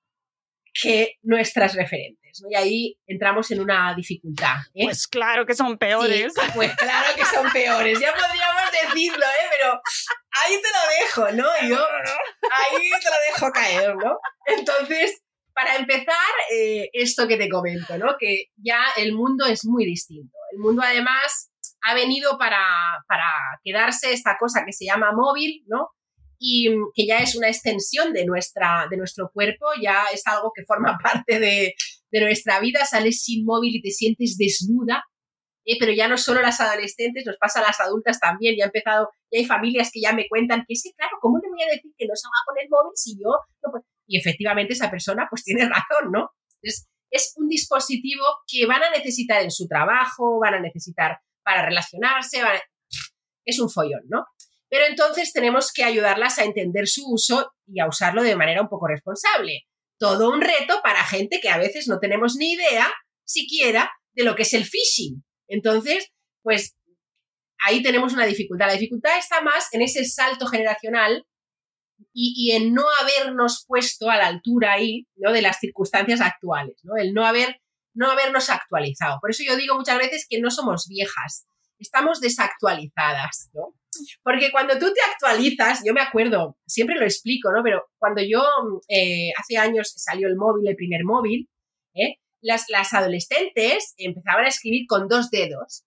que nuestras referentes, ¿no? Y ahí entramos en una dificultad, ¿eh? Pues claro que son peores. Sí, pues claro que son peores, ya podríamos decirlo, ¿eh? Pero ahí te lo dejo, ¿no? Yo ahí te lo dejo caer, ¿no? Entonces, para empezar, eh, esto que te comento, ¿no? Que ya el mundo es muy distinto. El mundo, además, ha venido para, para quedarse esta cosa que se llama móvil, ¿no? Y que ya es una extensión de, nuestra, de nuestro cuerpo, ya es algo que forma parte de, de nuestra vida. Sales sin móvil y te sientes desnuda, ¿eh? Pero ya no solo las adolescentes, nos pasa a las adultas también. Ya ha empezado, ya hay familias que ya me cuentan que es que, claro, ¿cómo le voy a decir que no salga con el móvil si yo no puedo? Y efectivamente esa persona pues tiene razón, ¿no? Entonces, es un dispositivo que van a necesitar en su trabajo, van a necesitar para relacionarse, van a... es un follón, ¿no? Pero entonces tenemos que ayudarlas a entender su uso y a usarlo de manera un poco responsable. Todo un reto para gente que a veces no tenemos ni idea siquiera de lo que es el phishing. Entonces, pues ahí tenemos una dificultad. La dificultad está más en ese salto generacional y, y en no habernos puesto a la altura ahí, ¿no?, de las circunstancias actuales, ¿no? El no, haber, no habernos actualizado. Por eso yo digo muchas veces que no somos viejas, estamos desactualizadas, ¿no? Porque cuando tú te actualizas, yo me acuerdo, siempre lo explico, ¿no? Pero cuando yo, eh, hace años salió el móvil, el primer móvil, ¿eh? las, las adolescentes empezaban a escribir con dos dedos.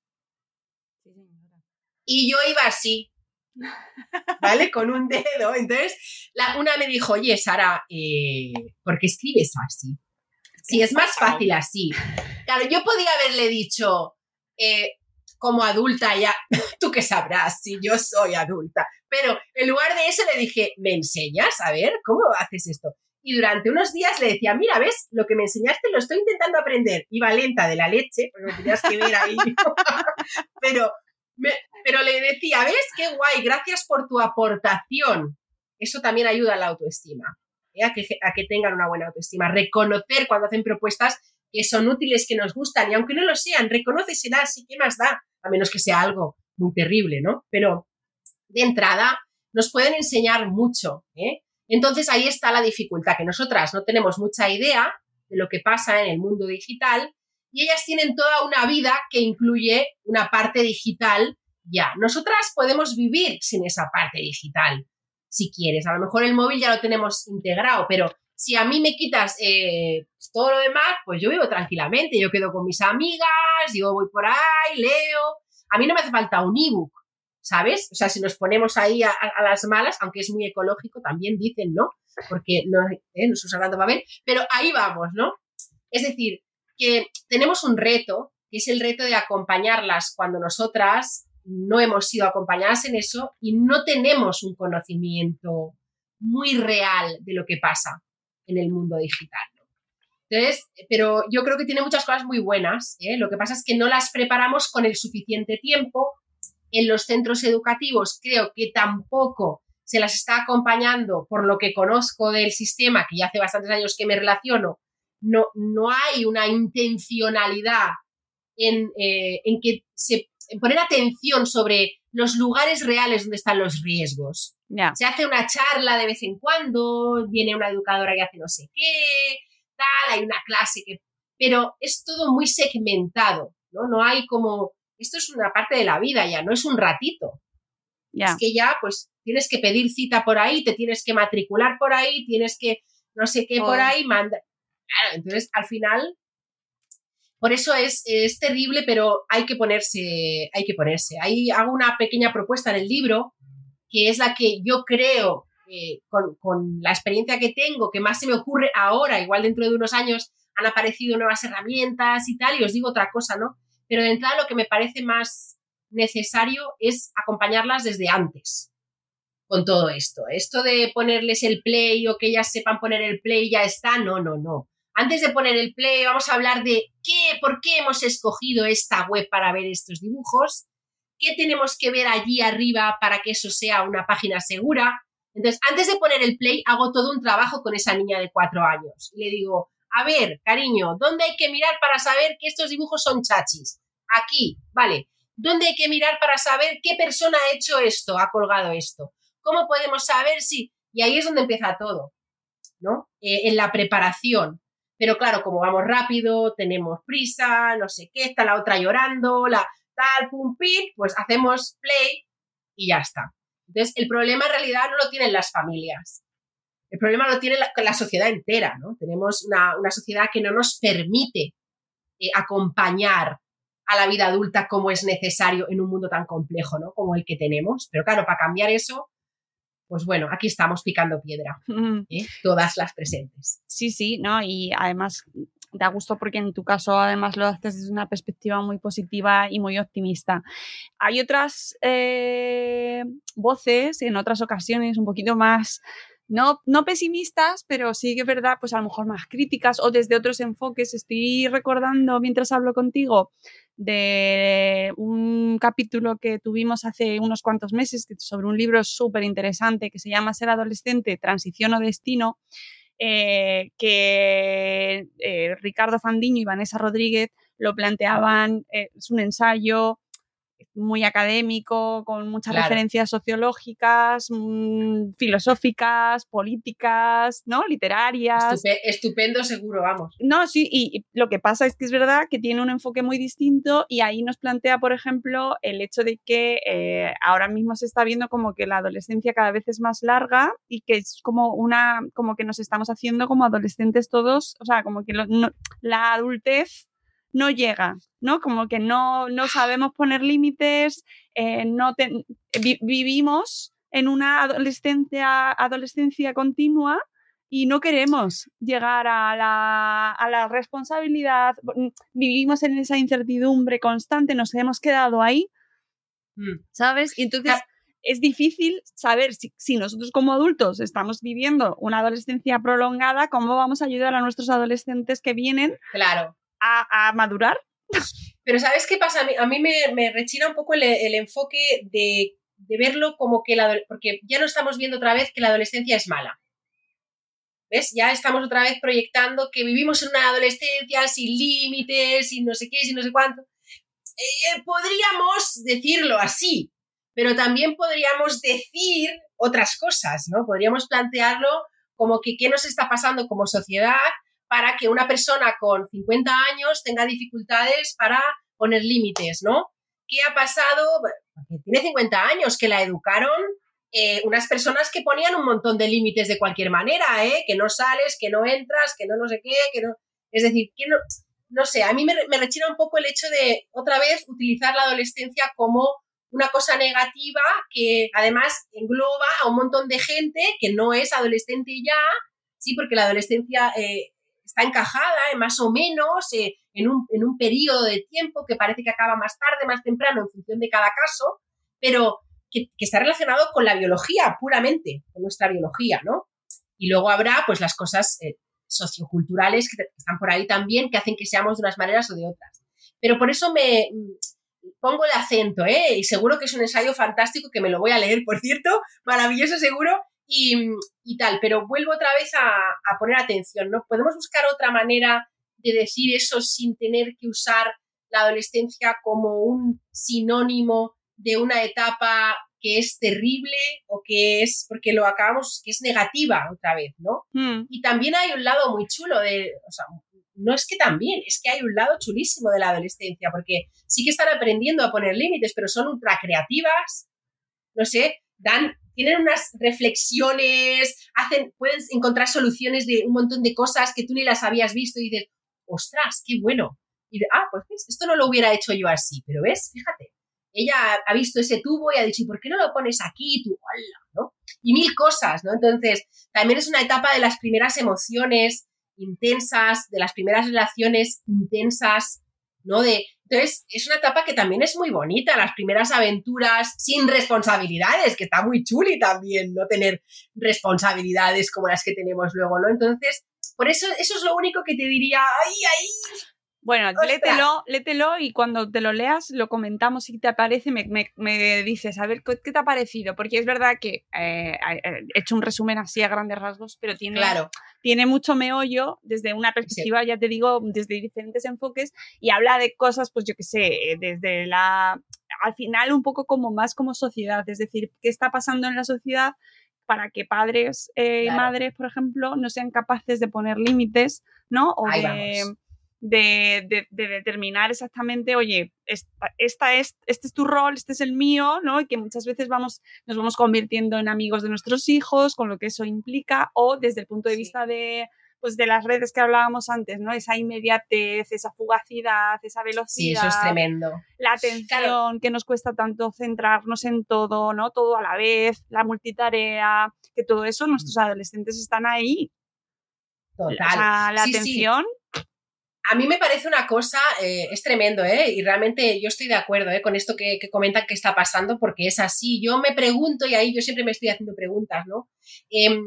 Y yo iba así, ¿vale? Con un dedo. Entonces, la, una me dijo, oye, Sara, eh, ¿por qué escribes así? Sí, es más fácil así. Claro, yo podía haberle dicho... Eh, como adulta ya, tú qué sabrás si yo soy adulta, pero en lugar de eso le dije, ¿me enseñas? A ver, ¿cómo haces esto? Y durante unos días le decía, mira, ¿ves? Lo que me enseñaste lo estoy intentando aprender. Iba lenta de la leche, porque me tenías que ver ahí. pero, me, pero le decía, ¿ves? Qué guay, gracias por tu aportación. Eso también ayuda a la autoestima, ¿eh? a, que, a que tengan una buena autoestima. Reconocer cuando hacen propuestas que son útiles, que nos gustan, y aunque no lo sean, reconóceselas, sí, ¿qué más da? A menos que sea algo muy terrible, ¿no? Pero de entrada nos pueden enseñar mucho, ¿eh? Entonces ahí está la dificultad, que nosotras no tenemos mucha idea de lo que pasa en el mundo digital y ellas tienen toda una vida que incluye una parte digital ya. Nosotras podemos vivir sin esa parte digital, si quieres. A lo mejor el móvil ya lo tenemos integrado, pero si a mí me quitas eh, todo lo demás, pues yo vivo tranquilamente, yo quedo con mis amigas, yo voy por ahí, leo. A mí no me hace falta un ebook, ¿sabes? O sea, si nos ponemos ahí a, a las malas, aunque es muy ecológico, también dicen, ¿no? Porque no, eh, no se usa tanto papel, pero ahí vamos, ¿no? Es decir, que tenemos un reto, que es el reto de acompañarlas cuando nosotras no hemos sido acompañadas en eso y no tenemos un conocimiento muy real de lo que pasa en el mundo digital, ¿no? Entonces, pero yo creo que tiene muchas cosas muy buenas, ¿eh? Lo que pasa es que no las preparamos con el suficiente tiempo. En los centros educativos creo que tampoco se las está acompañando, por lo que conozco del sistema, que ya hace bastantes años que me relaciono, no, no hay una intencionalidad en, eh, en que se en poner atención sobre los lugares reales donde están los riesgos. Yeah. Se hace una charla de vez en cuando, viene una educadora que hace no sé qué, tal, hay una clase que... Pero es todo muy segmentado, ¿no? No hay como... Esto es una parte de la vida ya, no es un ratito. Yeah. Es que ya, pues, tienes que pedir cita por ahí, te tienes que matricular por ahí, tienes que no sé qué por ahí, manda... Claro, entonces, al final... por eso es, es terrible, pero hay que ponerse, hay que ponerse. Ahí hago una pequeña propuesta en el libro, que es la que yo creo, eh, con, con la experiencia que tengo, que más se me ocurre ahora, igual dentro de unos años han aparecido nuevas herramientas y tal, y os digo otra cosa, ¿no? Pero de entrada lo que me parece más necesario es acompañarlas desde antes con todo esto. Esto de ponerles el play o que ellas sepan poner el play ya está, no, no, no. Antes de poner el play vamos a hablar de qué, por qué hemos escogido esta web para ver estos dibujos, qué tenemos que ver allí arriba para que eso sea una página segura. Entonces, antes de poner el play hago todo un trabajo con esa niña de cuatro años. Y le digo, a ver, cariño, ¿dónde hay que mirar para saber que estos dibujos son chachis? Aquí, vale. ¿Dónde hay que mirar para saber qué persona ha hecho esto, ha colgado esto? ¿Cómo podemos saber si...? Y ahí es donde empieza todo, ¿no? Eh, en la preparación. Pero claro, como vamos rápido, tenemos prisa, no sé qué, está la otra llorando, la tal, pum, pim, pues hacemos play y ya está. Entonces, el problema en realidad no lo tienen las familias. El problema lo tiene la, la sociedad entera, ¿no? Tenemos una, una sociedad que no nos permite eh, acompañar a la vida adulta como es necesario en un mundo tan complejo, ¿no? Como el que tenemos. Pero claro, para cambiar eso, pues bueno, aquí estamos picando piedra, ¿eh? Todas las presentes. Sí, sí, ¿no? Y además da gusto porque en tu caso además lo haces desde una perspectiva muy positiva y muy optimista. Hay otras eh, voces en otras ocasiones un poquito más, no, no pesimistas, pero sí que es verdad, pues a lo mejor más críticas o desde otros enfoques. Estoy recordando mientras hablo contigo de un capítulo que tuvimos hace unos cuantos meses sobre un libro súper interesante que se llama Ser adolescente, transición o destino, eh, que eh, Ricardo Fandiño y Vanessa Rodríguez lo planteaban. Eh, es un ensayo muy académico, con muchas claro. referencias sociológicas, mmm, filosóficas, políticas, ¿no? Literarias. Estupe- estupendo seguro, vamos. No, sí, y, y lo que pasa es que es verdad que tiene un enfoque muy distinto y ahí nos plantea, por ejemplo, el hecho de que eh, ahora mismo se está viendo como que la adolescencia cada vez es más larga y que es como una, como que nos estamos haciendo como adolescentes todos, o sea, como que lo, no, la adultez no llega, ¿no? Como que no, no sabemos poner límites, eh, no te, vi, vivimos en una adolescencia, adolescencia continua y no queremos llegar a la, a la responsabilidad, vivimos en esa incertidumbre constante, nos hemos quedado ahí, mm. ¿sabes? Y entonces ah. es difícil saber si, si nosotros como adultos estamos viviendo una adolescencia prolongada, ¿cómo vamos a ayudar a nuestros adolescentes que vienen? Claro. A, a madurar. Pero ¿sabes qué pasa? A mí, a mí me, me rechina un poco el, el enfoque de, de verlo como que la... Porque ya no estamos viendo otra vez que la adolescencia es mala. ¿Ves? Ya estamos otra vez proyectando que vivimos en una adolescencia sin límites, sin no sé qué, sin no sé cuánto. Eh, podríamos decirlo así, pero también podríamos decir otras cosas, ¿no? Podríamos plantearlo como que qué nos está pasando como sociedad para que una persona con cincuenta años tenga dificultades para poner límites, ¿no? ¿Qué ha pasado? Porque tiene cincuenta años, que la educaron eh, unas personas que ponían un montón de límites de cualquier manera, ¿eh? Que no sales, que no entras, que no no sé qué, que no... Es decir, que no... No sé, a mí me, me rechina un poco el hecho de, otra vez, utilizar la adolescencia como una cosa negativa que, además, engloba a un montón de gente que no es adolescente ya, sí, porque la adolescencia... Eh, está encajada, eh, más o menos, eh, en, un, en un periodo de tiempo que parece que acaba más tarde, más temprano, en función de cada caso, pero que, que está relacionado con la biología, puramente, con nuestra biología, ¿no? Y luego habrá, pues, las cosas eh, socioculturales que, que están por ahí también, que hacen que seamos de unas maneras o de otras. Pero por eso me pongo el acento, ¿eh? Y seguro que es un ensayo fantástico, que me lo voy a leer, por cierto, maravilloso seguro, Y, y tal, pero vuelvo otra vez a, a poner atención, ¿no? Podemos buscar otra manera de decir eso sin tener que usar la adolescencia como un sinónimo de una etapa que es terrible o que es, porque lo acabamos, que es negativa otra vez, ¿no? Mm. Y también hay un lado muy chulo de, o sea, no es que también, es que hay un lado chulísimo de la adolescencia, porque sí que están aprendiendo a poner límites, pero son ultra creativas, no sé, dan... Tienen unas reflexiones, hacen, pueden encontrar soluciones de un montón de cosas que tú ni las habías visto y dices, ostras, qué bueno, Y, ah, pues ves, esto no lo hubiera hecho yo así, pero ves, fíjate, ella ha visto ese tubo y ha dicho, ¿y por qué no lo pones aquí? Tú, hola, ¿no? Y mil cosas, ¿no? Entonces, también es una etapa de las primeras emociones intensas, de las primeras relaciones intensas, ¿no? De, entonces, es una etapa que también es muy bonita, las primeras aventuras sin responsabilidades, que está muy chuli también, no tener responsabilidades como las que tenemos luego, ¿no? Entonces, por eso, eso es lo único que te diría, ¡ay, ay! Bueno, ¡Ostras! léetelo, léetelo y cuando te lo leas lo comentamos y si te aparece me, me, me dices, a ver, ¿qué, ¿qué te ha parecido? Porque es verdad que eh, he hecho un resumen así a grandes rasgos, pero tiene, claro. tiene mucho meollo desde una perspectiva, sí. ya te digo, desde diferentes enfoques y habla de cosas, pues yo qué sé, desde la... Al final un poco como más como sociedad, es decir, ¿qué está pasando en la sociedad para que padres eh, claro. y madres, por ejemplo, no sean capaces de poner límites, ¿no? O Ahí de... vamos. De, de, de determinar exactamente, oye, esta, esta es, este es tu rol, este es el mío, ¿no? Y que muchas veces vamos, nos vamos convirtiendo en amigos de nuestros hijos, con lo que eso implica, o desde el punto de sí. vista de, pues de las redes que hablábamos antes, ¿no? Esa inmediatez, esa fugacidad, esa velocidad. Sí, eso es tremendo. La atención, claro. que nos cuesta tanto centrarnos en todo, ¿no? Todo a la vez, la multitarea, que todo eso, nuestros adolescentes están ahí. Total. O sea, la sí, atención... Sí. A mí me parece una cosa, eh, es tremendo, ¿eh? Y realmente yo estoy de acuerdo, ¿eh? Con esto que, que comentan que está pasando, porque es así. Yo me pregunto, y ahí yo siempre me estoy haciendo preguntas, ¿no? Eh,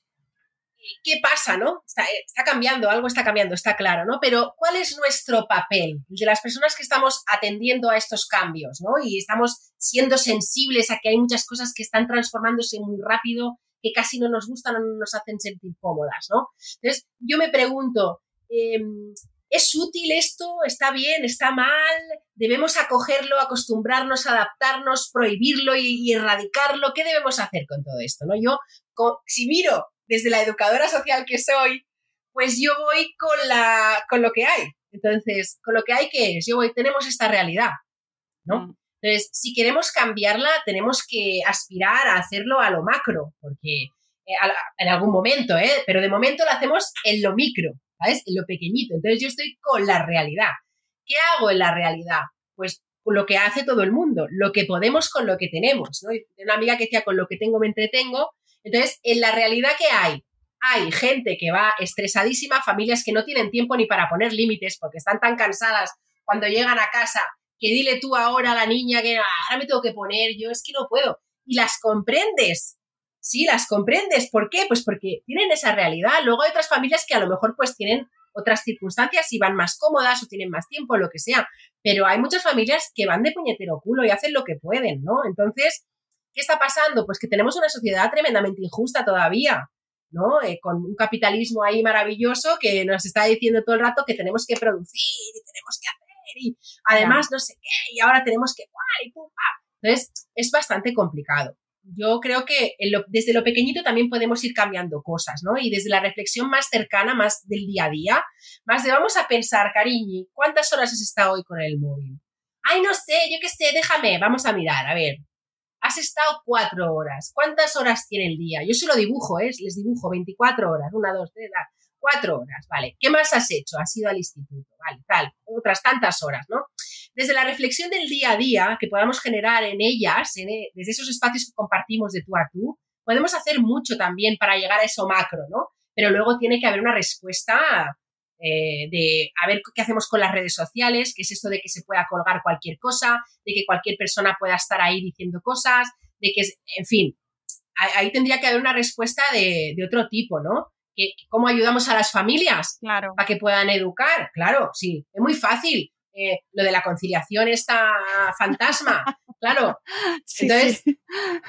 ¿Qué pasa, no? Está, está cambiando, algo está cambiando, está claro, ¿no? Pero ¿cuál es nuestro papel de las personas que estamos atendiendo a estos cambios, ¿no? Y estamos siendo sensibles a que hay muchas cosas que están transformándose muy rápido, que casi no nos gustan o no nos hacen sentir cómodas, ¿no? Entonces, yo me pregunto... Eh, ¿Es útil esto? ¿Está bien? ¿Está mal? ¿Debemos acogerlo, acostumbrarnos, adaptarnos, prohibirlo y, y erradicarlo? ¿Qué debemos hacer con todo esto, ¿no? Yo, con, si miro desde la educadora social que soy, pues yo voy con, la, con lo que hay. Entonces, ¿con lo que hay qué es? Yo voy, tenemos esta realidad, ¿no? Mm. Entonces, si queremos cambiarla, tenemos que aspirar a hacerlo a lo macro, porque eh, a, en algún momento, ¿eh? Pero de momento lo hacemos en lo micro. ¿Sabes? En lo pequeñito. Entonces yo estoy con la realidad. ¿Qué hago en la realidad? Pues lo que hace todo el mundo, lo que podemos con lo que tenemos, ¿no? Y una amiga que decía, con lo que tengo me entretengo. Entonces, en la realidad, ¿qué hay? Hay gente que va estresadísima, familias que no tienen tiempo ni para poner límites porque están tan cansadas cuando llegan a casa que dile tú ahora a la niña que ahora me tengo que poner, yo es que no puedo. Y las comprendes. Sí, las comprendes. ¿Por qué? Pues porque tienen esa realidad. Luego hay otras familias que a lo mejor pues tienen otras circunstancias y van más cómodas o tienen más tiempo, lo que sea. Pero hay muchas familias que van de puñetero culo y hacen lo que pueden, ¿no? Entonces, ¿qué está pasando? Pues que tenemos una sociedad tremendamente injusta todavía, ¿no? Eh, con un capitalismo ahí maravilloso que nos está diciendo todo el rato que tenemos que producir y tenemos que hacer y además no sé qué y ahora tenemos que... Y pum, pam. Entonces, es bastante complicado. Yo creo que en lo, desde lo pequeñito también podemos ir cambiando cosas, ¿no? Y desde la reflexión más cercana, más del día a día, más de vamos a pensar, cariñi, ¿cuántas horas has estado hoy con el móvil? Ay, no sé, yo qué sé, déjame, vamos a mirar, a ver. Has estado cuatro horas. ¿Cuántas horas tiene el día? Yo se lo dibujo, ¿eh? Les dibujo veinticuatro horas, una, dos, tres, cuatro horas, vale. ¿Qué más has hecho? Has ido al instituto, vale, tal, otras tantas horas, ¿no? Desde la reflexión del día a día que podamos generar en ellas, en, desde esos espacios que compartimos de tú a tú, podemos hacer mucho también para llegar a eso macro, ¿no? Pero luego tiene que haber una respuesta eh, de a ver qué hacemos con las redes sociales, que es esto de que se pueda colgar cualquier cosa, de que cualquier persona pueda estar ahí diciendo cosas, de que, en fin, ahí tendría que haber una respuesta de, de otro tipo, ¿no? Que, ¿Cómo ayudamos a las familias? Claro. Para que puedan educar? Claro, sí, es muy fácil. Eh, lo de la conciliación está fantasma, claro. Sí, entonces, sí.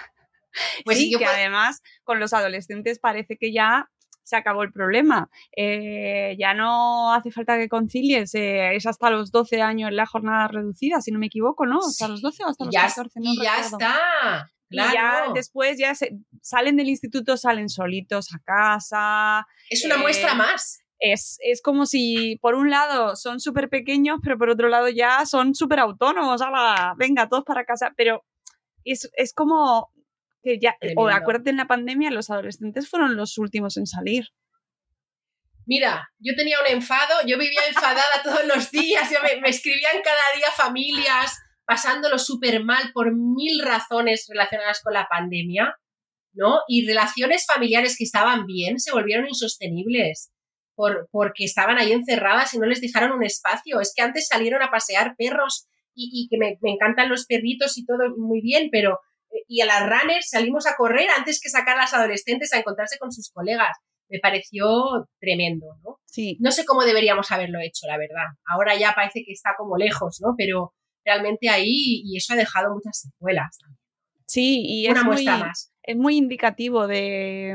pues sí, yo que puedo... además con los adolescentes parece que ya se acabó el problema. Eh, ya no hace falta que concilies, eh, es hasta los doce años la jornada reducida, si no me equivoco, ¿no? ¿Hasta sí. los doce o hasta y los ya, catorce? No y ya recuerdo. está. Claro. Y ya después ya se, salen del instituto, salen solitos a casa. Es una eh, muestra más. Es, es como si, por un lado, son súper pequeños, pero por otro lado ya son súper autónomos. ¡Hala! Venga, todos para casa. Pero es, es como que ya... Tremendo. O acuérdate, en la pandemia los adolescentes fueron los últimos en salir. Mira, yo tenía un enfado, yo vivía enfadada todos los días, yo me, me escribían cada día familias pasándolo súper mal por mil razones relacionadas con la pandemia, ¿no? Y relaciones familiares que estaban bien se volvieron insostenibles por, porque estaban ahí encerradas y no les dejaron un espacio. Es que antes salieron a pasear perros y, y que me, me encantan los perritos y todo muy bien, pero y a las runners salimos a correr antes que sacar a las adolescentes a encontrarse con sus colegas. Me pareció tremendo, ¿no? Sí. No sé cómo deberíamos haberlo hecho, la verdad. Ahora ya parece que está como lejos, ¿no? Pero realmente ahí, y eso ha dejado muchas secuelas. Sí, y Una es muestra muy, más. es muy indicativo de,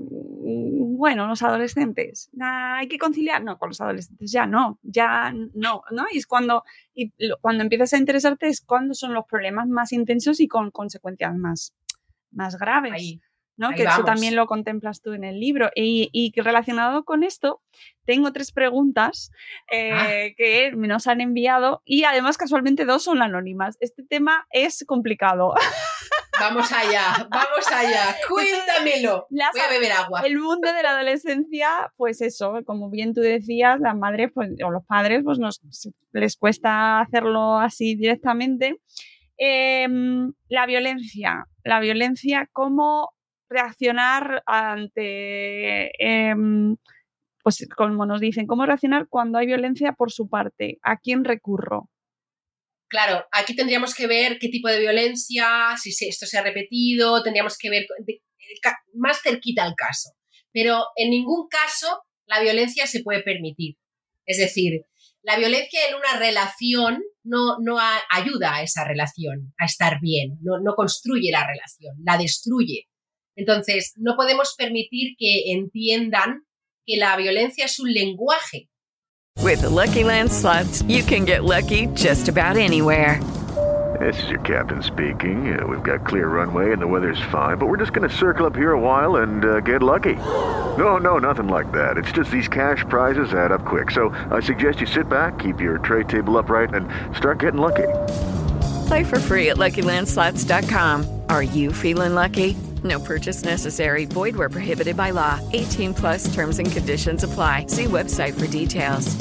bueno, los adolescentes, ah, hay que conciliar, no, con los adolescentes ya no, ya no, ¿no? Y es cuando, y lo, cuando empiezas a interesarte es cuando son los problemas más intensos y con consecuencias más, más graves. Ahí. ¿No? Ahí Que vamos. eso también lo contemplas tú en el libro. Y, y relacionado con esto, tengo tres preguntas eh, Ah. que nos han enviado y además casualmente dos son anónimas. Este tema es complicado. Vamos allá, vamos allá. Cuéntamelo. Las, Voy a beber agua. El mundo de la adolescencia, pues eso, como bien tú decías, las madres pues, o los padres pues nos, les cuesta hacerlo así directamente. Eh, la violencia, la violencia, ¿cómo reaccionar ante, eh, pues como nos dicen, cómo reaccionar cuando hay violencia por su parte? ¿A quién recurro? Claro, aquí tendríamos que ver qué tipo de violencia, si esto se ha repetido, tendríamos que ver de, de, más cerquita al caso. Pero en ningún caso la violencia se puede permitir. Es decir, la violencia en una relación no, no a, ayuda a esa relación a estar bien, no, no construye la relación, la destruye. Entonces, no podemos permitir que entiendan que la violencia es un lenguaje. With the Lucky Land Slots, you can get lucky just about anywhere. This is your captain speaking. Uh, we've got clear runway and the weather's fine, but we're just going to circle up here a while and uh, get lucky. No, no, nothing like that. It's just these cash prizes add up quick. So I suggest you sit back, keep your tray table upright, and start getting lucky. Play for free at Lucky Land Slots dot com. Are you feeling lucky? No purchase necessary. Void where prohibited by law. eighteen plus terms and conditions apply. See website for details.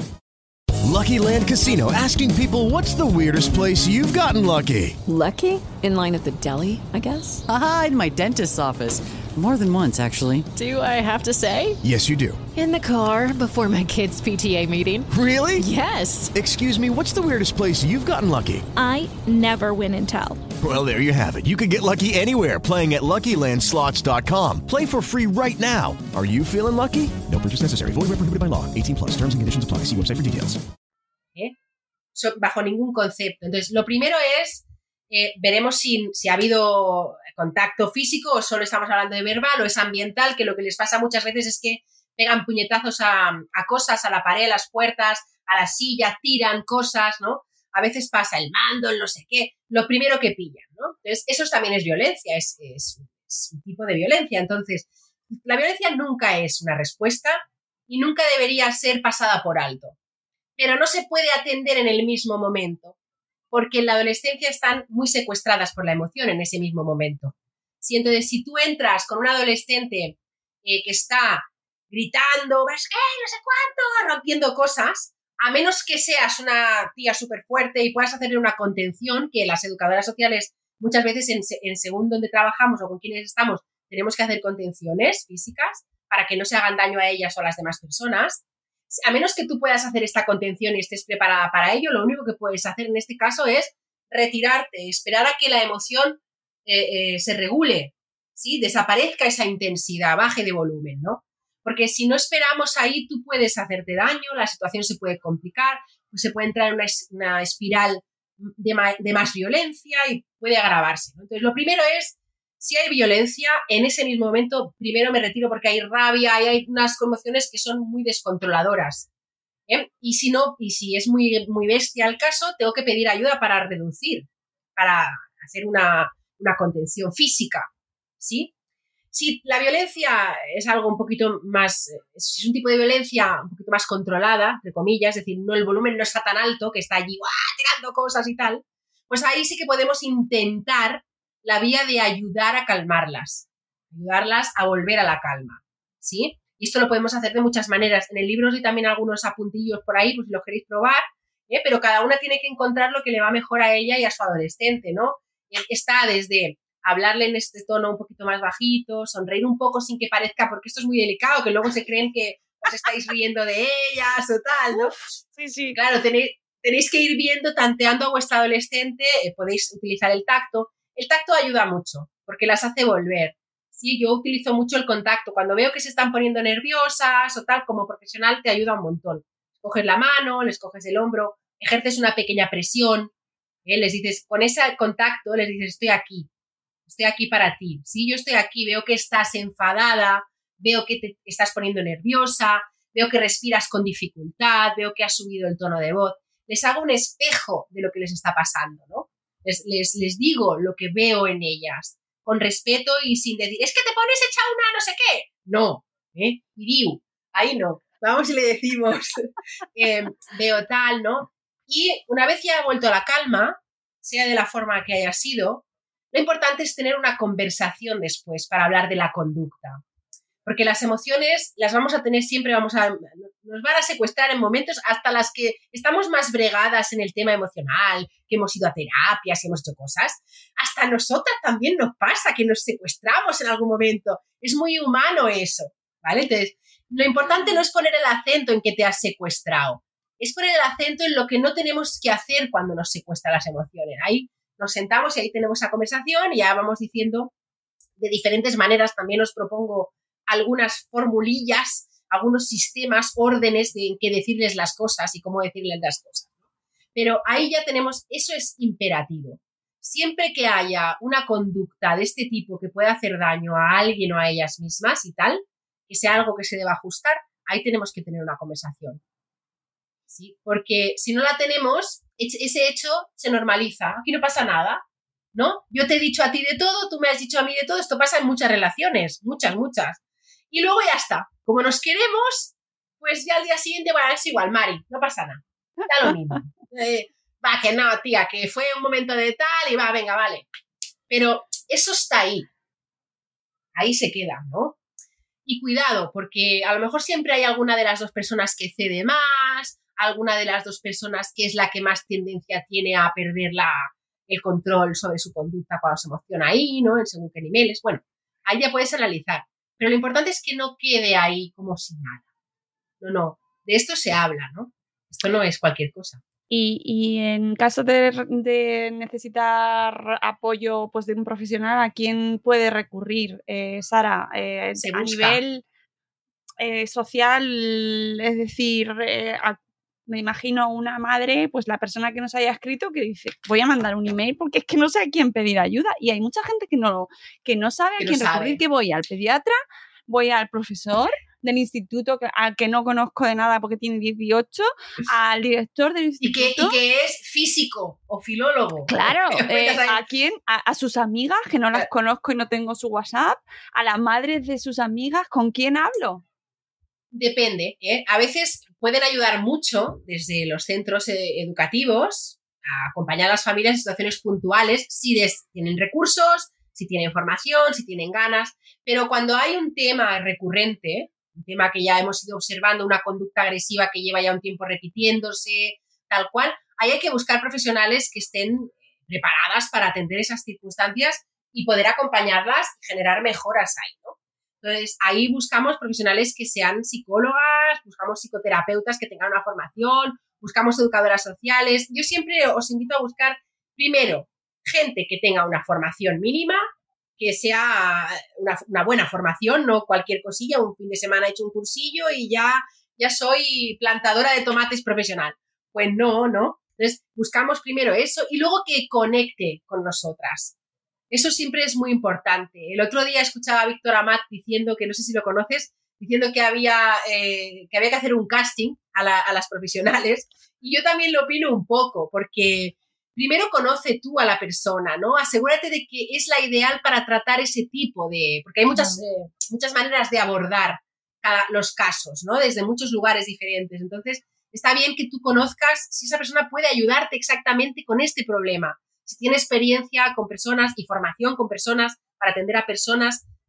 Lucky Land Casino, asking people, what's the weirdest place you've gotten lucky? Lucky? In line at the deli, I guess? Aha, in my dentist's office. More than once, actually. Do I have to say? Yes, you do. In the car before my kids' P T A meeting. Really? Yes. Excuse me, what's the weirdest place you've gotten lucky? I never win and tell. Well, there you have it. You can get lucky anywhere, playing at Lucky Land Slots dot com. Play for free right now. Are you feeling lucky? No purchase necessary. Void where prohibited by law. eighteen plus. Terms and conditions apply. See website for details. ¿Eh? So, bajo ningún concepto. Entonces, lo primero es, eh, veremos si, si ha habido contacto físico o solo estamos hablando de verbal o es ambiental, que lo que les pasa muchas veces es que pegan puñetazos a, a cosas, a la pared, a las puertas, a la silla, tiran cosas, ¿no? A veces pasa el mando, el no sé qué, lo primero que pillan, ¿no? Entonces, eso también es violencia, es, es, es un tipo de violencia. Entonces, la violencia nunca es una respuesta y nunca debería ser pasada por alto. Pero no se puede atender en el mismo momento, porque en la adolescencia están muy secuestradas por la emoción en ese mismo momento. Si, entonces, si tú entras con un adolescente eh, que está gritando, ¿ves qué? No sé cuánto, rompiendo cosas, a menos que seas una tía súper fuerte y puedas hacerle una contención, que las educadoras sociales muchas veces en, en según donde trabajamos o con quienes estamos tenemos que hacer contenciones físicas para que no se hagan daño a ellas o a las demás personas. A menos que tú puedas hacer esta contención y estés preparada para ello, lo único que puedes hacer en este caso es retirarte, esperar a que la emoción eh, eh, se regule, ¿sí? Desaparezca esa intensidad, baje de volumen, ¿no? Porque si no esperamos ahí, tú puedes hacerte daño, la situación se puede complicar, pues se puede entrar en una, una espiral de, ma, de más violencia y puede agravarse, ¿no? Entonces, lo primero es, si hay violencia, en ese mismo momento, primero me retiro porque hay rabia y hay unas conmociones que son muy descontroladoras, ¿eh? Y si no, y si es muy, muy bestia el caso, tengo que pedir ayuda para reducir, para hacer una, una contención física, ¿sí? Si la violencia es algo un poquito más, si es un tipo de violencia un poquito más controlada, entre comillas, es decir, no, el volumen no está tan alto, que está allí ¡guau! Tirando cosas y tal, pues ahí sí que podemos intentar la vía de ayudar a calmarlas, ayudarlas a volver a la calma, ¿sí? Y esto lo podemos hacer de muchas maneras. En el libro os doy también algunos apuntillos por ahí, pues si lo queréis probar, ¿eh? Pero cada una tiene que encontrar lo que le va mejor a ella y a su adolescente, ¿no? Está desde hablarle en este tono un poquito más bajito, sonreír un poco sin que parezca, porque esto es muy delicado, que luego se creen que os estáis riendo de ellas o tal, ¿no? Sí, sí. Claro, tenéis, tenéis que ir viendo, tanteando a vuestra adolescente, eh, podéis utilizar el tacto. El tacto ayuda mucho, porque las hace volver. Sí, yo utilizo mucho el contacto. Cuando veo que se están poniendo nerviosas o tal, como profesional te ayuda un montón. Coges la mano, les coges el hombro, ejerces una pequeña presión, ¿eh? Les dices, con ese contacto, les dices, estoy aquí, estoy aquí para ti. Sí, yo estoy aquí, veo que estás enfadada, veo que te estás poniendo nerviosa, veo que respiras con dificultad, veo que has subido el tono de voz. Les hago un espejo de lo que les está pasando, ¿no? Les, les, les digo lo que veo en ellas, con respeto y sin decir, es que te pones hecha una no sé qué. No, ¿eh? Iriu, ahí no. Vamos y le decimos, eh, veo tal, ¿no? Y una vez ya ha vuelto a la calma, sea de la forma que haya sido, lo importante es tener una conversación después para hablar de la conducta. Porque las emociones las vamos a tener siempre, vamos a, nos van a secuestrar en momentos hasta las que estamos más bregadas en el tema emocional, que hemos ido a terapias y hemos hecho cosas. Hasta nosotras también nos pasa que nos secuestramos en algún momento. Es muy humano eso, ¿vale? Entonces, lo importante no es poner el acento en que te has secuestrado, es poner el acento en lo que no tenemos que hacer cuando nos secuestran las emociones. Ahí nos sentamos y ahí tenemos esa conversación y ya vamos diciendo de diferentes maneras. También os propongo algunas formulillas, algunos sistemas, órdenes de en qué decirles las cosas y cómo decirles las cosas. Pero ahí ya tenemos, eso es imperativo. Siempre que haya una conducta de este tipo que pueda hacer daño a alguien o a ellas mismas y tal, que sea algo que se deba ajustar, ahí tenemos que tener una conversación. ¿Sí? Porque si no la tenemos, ese hecho se normaliza. Aquí no pasa nada, ¿no? Yo te he dicho a ti de todo, tú me has dicho a mí de todo. Esto pasa en muchas relaciones, muchas, muchas. Y luego ya está. Como nos queremos, pues ya al día siguiente, bueno, es igual, Mari, no pasa nada. Da lo mismo. Eh, va, que no, tía, que fue un momento de tal y va, venga, vale. Pero eso está ahí. Ahí se queda, ¿no? Y cuidado, porque a lo mejor siempre hay alguna de las dos personas que cede más, alguna de las dos personas que es la que más tendencia tiene a perder la, el control sobre su conducta cuando se emociona ahí, ¿no? En según qué niveles. Bueno, ahí ya puedes analizar. Pero lo importante es que no quede ahí como sin nada. No, no. De esto se habla, ¿no? Esto no es cualquier cosa. Y, y en caso de, de necesitar apoyo pues, de un profesional, ¿a quién puede recurrir, eh, Sara? Eh, a nivel eh, social, es decir, eh, a, me imagino una madre, pues la persona que nos haya escrito que dice, voy a mandar un email porque es que no sé a quién pedir ayuda. Y hay mucha gente que no, que no sabe que a quién no recurrir, sabe. que voy al pediatra, voy al profesor del instituto que, al que no conozco de nada porque tiene dieciocho, al director del instituto. Y que, y que es físico o filólogo. Claro, eh, ¿a quién? A, a sus amigas, que no las conozco y no tengo su WhatsApp, a las madres de sus amigas, ¿con quién hablo? Depende, ¿eh? A veces pueden ayudar mucho desde los centros eh, educativos a acompañar a las familias en situaciones puntuales si des, tienen recursos, si tienen formación, si tienen ganas, pero cuando hay un tema recurrente, un tema que ya hemos ido observando, una conducta agresiva que lleva ya un tiempo repitiéndose, tal cual, ahí hay que buscar profesionales que estén preparadas para atender esas circunstancias y poder acompañarlas y generar mejoras ahí, ¿no? Entonces, ahí buscamos profesionales que sean psicólogas, buscamos psicoterapeutas que tengan una formación, buscamos educadoras sociales. Yo siempre os invito a buscar, primero, gente que tenga una formación mínima, que sea una, una buena formación, no cualquier cosilla, un fin de semana he hecho un cursillo y ya, ya soy plantadora de tomates profesional. Pues no, no. Entonces, buscamos primero eso y luego que conecte con nosotras. Eso siempre es muy importante. El otro día escuchaba a Víctor Amat diciendo, que no sé si lo conoces, diciendo que había, eh, que había que hacer un casting a, la, a las profesionales. Y yo también lo opino un poco, porque primero conoce tú a la persona, ¿no? Asegúrate de que es la ideal para tratar ese tipo de... Porque hay muchas, eh, muchas maneras de abordar cada, los casos, ¿no? Desde muchos lugares diferentes. Entonces, está bien que tú conozcas si esa persona puede ayudarte exactamente con este problema. Si tiene experiencia con personas y formación con personas para atender a personas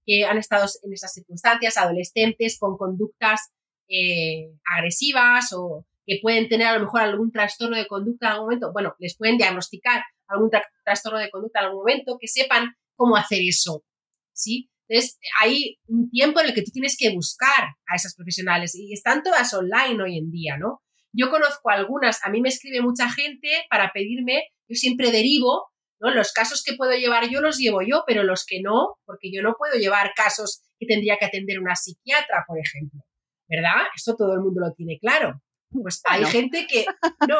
que han estado en esas circunstancias, adolescentes con conductas eh, agresivas o que pueden tener a lo mejor algún trastorno de conducta en algún momento, bueno, les pueden diagnosticar algún tra- trastorno de conducta en algún momento, que sepan cómo hacer eso, ¿sí? Entonces, hay un tiempo en el que tú tienes que buscar a esas profesionales y están todas online hoy en día, ¿no? Yo conozco algunas, a mí me escribe mucha gente para pedirme, yo siempre derivo, ¿no? Los casos que puedo llevar yo los llevo yo, pero los que no, porque yo no puedo llevar casos que tendría que atender una psiquiatra, por ejemplo, ¿verdad? Esto todo el mundo lo tiene claro. Pues hay no. gente que no,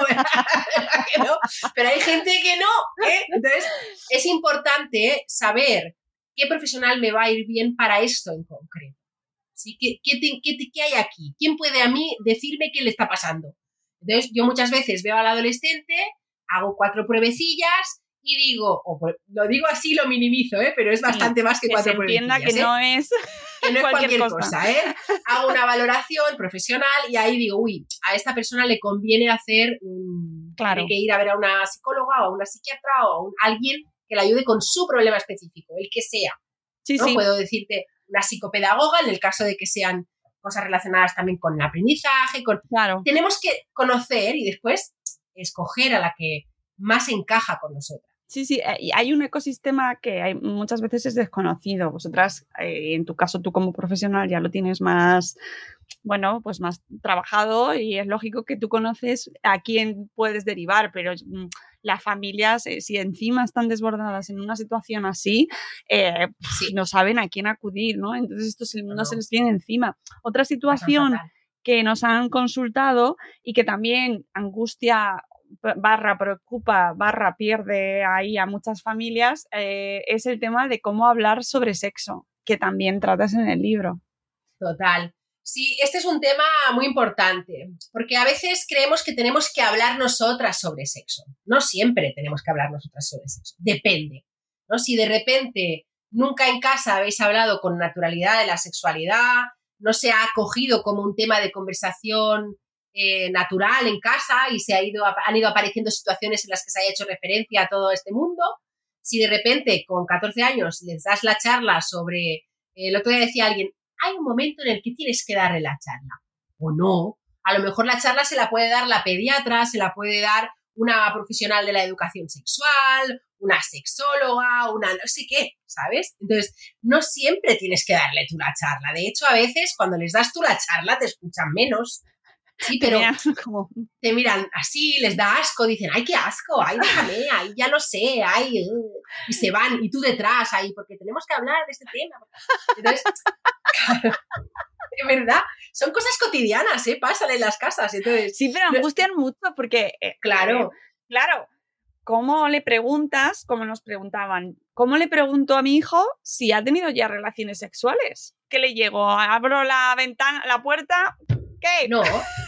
que no, pero hay gente que no, ¿eh? Entonces, es importante saber qué profesional me va a ir bien para esto en concreto. ¿Sí? ¿Qué, qué, te, qué, te, ¿Qué hay aquí? ¿Quién puede a mí decirme qué le está pasando? Entonces, yo muchas veces veo al adolescente, hago cuatro pruebecillas y digo, o pues, lo digo así, lo minimizo, ¿eh? Pero es bastante sí, más que, que cuatro se entienda pruebecillas. que ¿eh? no es, que no es cualquier, cualquier cosa. cosa, ¿eh? Hago una valoración profesional y ahí digo, uy, a esta persona le conviene hacer un... Claro. Tiene que ir a ver a una psicóloga o a una psiquiatra o a un, alguien que le ayude con su problema específico, el que sea. Sí, ¿no? sí. Puedo decirte una psicopedagoga en el caso de que sean cosas relacionadas también con el aprendizaje. Con... Claro. Tenemos que conocer y después escoger a la que más encaja con nosotras. Sí, sí, y hay un ecosistema que hay, muchas veces es desconocido. Vosotras, eh, en tu caso, tú como profesional ya lo tienes más, bueno, pues más trabajado y es lógico que tú conoces a quién puedes derivar, pero mm, las familias, eh, si encima están desbordadas en una situación así, eh, sí. no saben a quién acudir, ¿no? Entonces esto se, no, no se les viene encima. Otra situación que nos han consultado y que también angustia barra preocupa, barra pierde ahí a muchas familias, eh, es el tema de cómo hablar sobre sexo, que también tratas en el libro. Total. Sí, este es un tema muy importante, porque a veces creemos que tenemos que hablar nosotras sobre sexo. No siempre tenemos que hablar nosotras sobre sexo. Depende, ¿no? Si de repente nunca en casa habéis hablado con naturalidad de la sexualidad, no se ha acogido como un tema de conversación Eh, natural en casa y se ha ido, han ido apareciendo situaciones en las que se haya hecho referencia a todo este mundo. Si de repente con catorce años les das la charla sobre, el otro día decía alguien, hay un momento en el que tienes que darle la charla, o no, a lo mejor la charla se la puede dar la pediatra, se la puede dar una profesional de la educación sexual, una sexóloga, una no sé qué, ¿sabes? Entonces, no siempre tienes que darle tú la charla, de hecho a veces cuando les das tú la charla te escuchan menos. Sí, pero como... te miran así, les da asco, dicen, ay, qué asco, ay, déjame, ay, ya lo sé, ay, uh, y se van, y tú detrás, ay, porque tenemos que hablar de este tema. Entonces, claro, de verdad, son cosas cotidianas, ¿eh? Pasan en las casas, entonces... Sí, pero angustian no, mucho porque... Eh, claro. Eh, claro, ¿cómo le preguntas, como nos preguntaban, cómo le pregunto a mi hijo si ha tenido ya relaciones sexuales? ¿Qué le llego? Abro la ventana, la puerta... ¿Qué? No,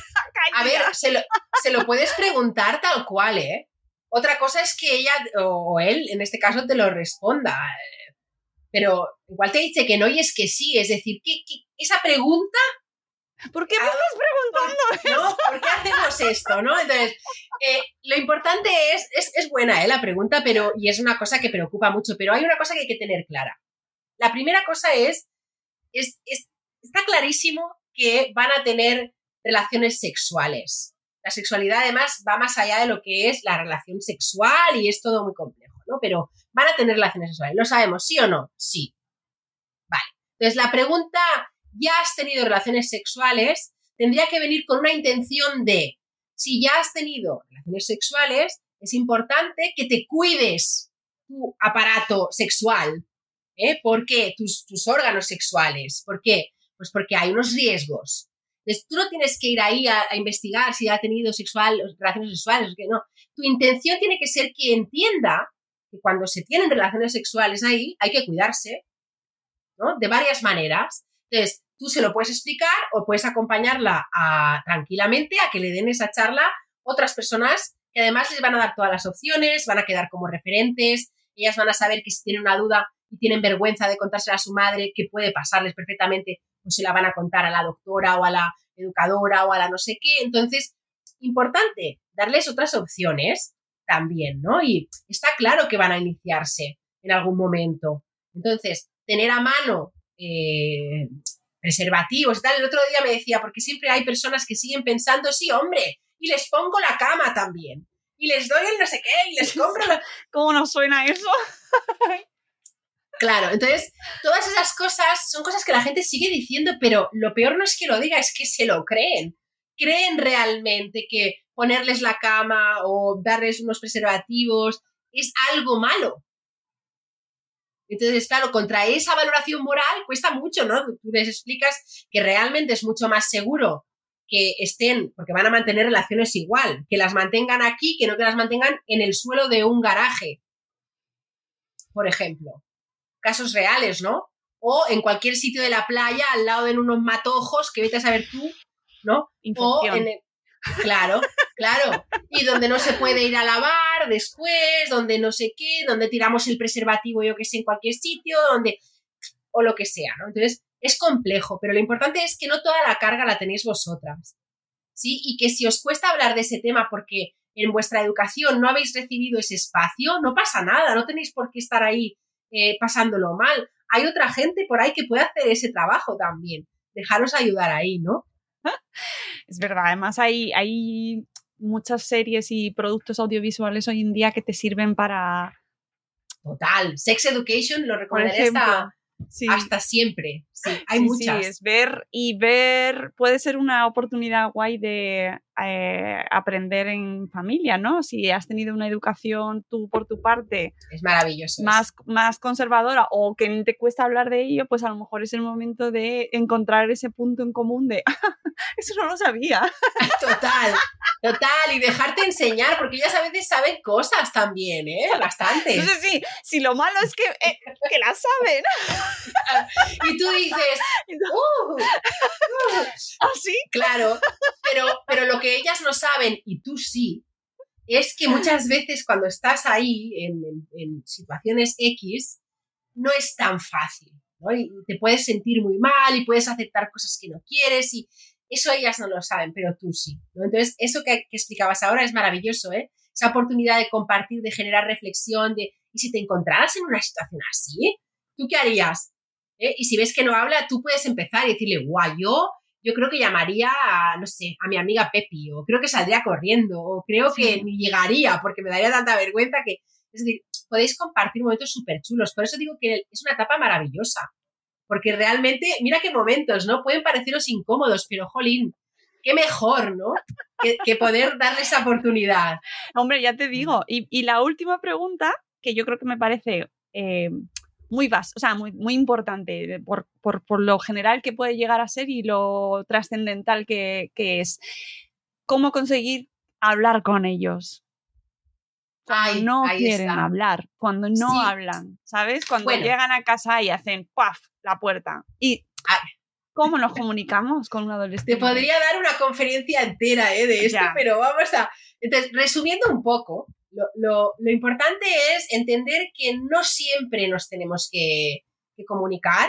a ver, se lo, se lo puedes preguntar tal cual, ¿eh? Otra cosa es que ella o él, en este caso, te lo responda. Pero igual te dice que no y es que sí. Es decir, ¿qué, qué, esa pregunta... ¿Por qué me estás preguntando ¿por, eso? ¿No? ¿Por qué hacemos esto? ¿No? Entonces, eh, lo importante es, es... Es buena, ¿eh? La pregunta, pero y es una cosa que preocupa mucho. Pero hay una cosa que hay que tener clara. La primera cosa es... es, es está clarísimo que van a tener relaciones sexuales. La sexualidad, además, va más allá de lo que es la relación sexual y es todo muy complejo, ¿no? Pero van a tener relaciones sexuales. ¿Lo sabemos, sí o no? Sí. Vale. Entonces, la pregunta, ¿ya has tenido relaciones sexuales? Tendría que venir con una intención de, si ya has tenido relaciones sexuales, es importante que te cuides tu aparato sexual. ¿Eh? ¿Por qué? Tus, tus órganos sexuales. ¿Por qué? Pues porque hay unos riesgos. Entonces, tú no tienes que ir ahí a, a investigar si ha tenido sexual, relaciones sexuales o qué no. Tu intención tiene que ser que entienda que cuando se tienen relaciones sexuales ahí hay que cuidarse, ¿no? De varias maneras. Entonces, tú se lo puedes explicar o puedes acompañarla a, tranquilamente a que le den esa charla otras personas que además les van a dar todas las opciones, van a quedar como referentes, ellas van a saber que si tienen una duda y tienen vergüenza de contársela a su madre, que puede pasarles perfectamente, pues se la van a contar a la doctora o a la educadora o a la no sé qué. Entonces, importante, darles otras opciones también, ¿no? Y está claro que van a iniciarse en algún momento. Entonces, tener a mano eh, preservativos y tal. El otro día me decía, porque siempre hay personas que siguen pensando, sí, hombre, y les pongo la cama también, y les doy el no sé qué, y les compro... La... ¿Cómo nos suena eso? Claro, entonces, todas esas cosas son cosas que la gente sigue diciendo, pero lo peor no es que lo diga, es que se lo creen. Creen realmente que ponerles la cama o darles unos preservativos es algo malo. Entonces, claro, contra esa valoración moral cuesta mucho, ¿no? Tú les explicas que realmente es mucho más seguro que estén, porque van a mantener relaciones igual, que las mantengan aquí, que no que las mantengan en el suelo de un garaje, por ejemplo. Casos reales, ¿no? O en cualquier sitio de la playa, al lado de unos matojos, que vete a saber tú, ¿no? Infección. O en el... Claro, claro. Y donde no se puede ir a lavar después, donde no sé qué, donde tiramos el preservativo, yo que sé, en cualquier sitio, donde... o lo que sea, ¿no? Entonces, es complejo, pero lo importante es que no toda la carga la tenéis vosotras, ¿sí? Y que si os cuesta hablar de ese tema porque en vuestra educación no habéis recibido ese espacio, no pasa nada, no tenéis por qué estar ahí eh, pasándolo mal. Hay otra gente por ahí que puede hacer ese trabajo también. Dejaros ayudar ahí, ¿no? Es verdad, además hay, hay muchas series y productos audiovisuales hoy en día que te sirven para... Total, Sex Education lo recomendaré hasta, sí. hasta siempre. Sí, hay sí, muchas. Sí, es ver y ver puede ser una oportunidad guay de eh, aprender en familia, ¿no? Si has tenido una educación tú por tu parte es maravilloso más, más conservadora o que te cuesta hablar de ello, pues a lo mejor es el momento de encontrar ese punto en común de eso no lo sabía. Total, total, y dejarte enseñar, porque ellas a veces saben cosas también, ¿eh? Bastante. Entonces sí, si lo malo es que, eh, que las saben. Y tú dices, uh, uh. ¿Ah, sí? Claro, pero, pero lo que ellas no saben, y tú sí, es que muchas veces cuando estás ahí en, en, en situaciones X, no es tan fácil, ¿no? Y te puedes sentir muy mal y puedes aceptar cosas que no quieres y eso ellas no lo saben, pero tú sí, ¿no? Entonces, eso que, que explicabas ahora es maravilloso, ¿eh? Esa oportunidad de compartir, de generar reflexión, de y si te encontraras en una situación así, ¿tú qué harías? ¿Eh? Y si ves que no habla, tú puedes empezar y decirle, guau, yo, yo creo que llamaría a, no sé, a mi amiga Pepi, o creo que saldría corriendo, o creo sí. que ni llegaría, porque me daría tanta vergüenza que... Es decir, podéis compartir momentos súper chulos. Por eso digo que es una etapa maravillosa. Porque realmente, mira qué momentos, ¿no? Pueden pareceros incómodos, pero, jolín, qué mejor, ¿no? Que, que poder darle esa oportunidad. Hombre, ya te digo. Y, y la última pregunta, que yo creo que me parece eh, muy básica, o sea, muy, muy importante, por, por, por lo general que puede llegar a ser y lo trascendental que, que es. ¿Cómo conseguir hablar con ellos? Cuando Ay, no quieren está. hablar, cuando no sí. hablan, ¿sabes? Cuando bueno. llegan a casa y hacen ¡paf! La puerta. Y Ay. ¿cómo nos comunicamos con un adolescente? Te podría dar una conferencia entera ¿eh? de esto, ya. pero vamos a... Entonces, resumiendo un poco, lo, lo, lo importante es entender que no siempre nos tenemos que, que comunicar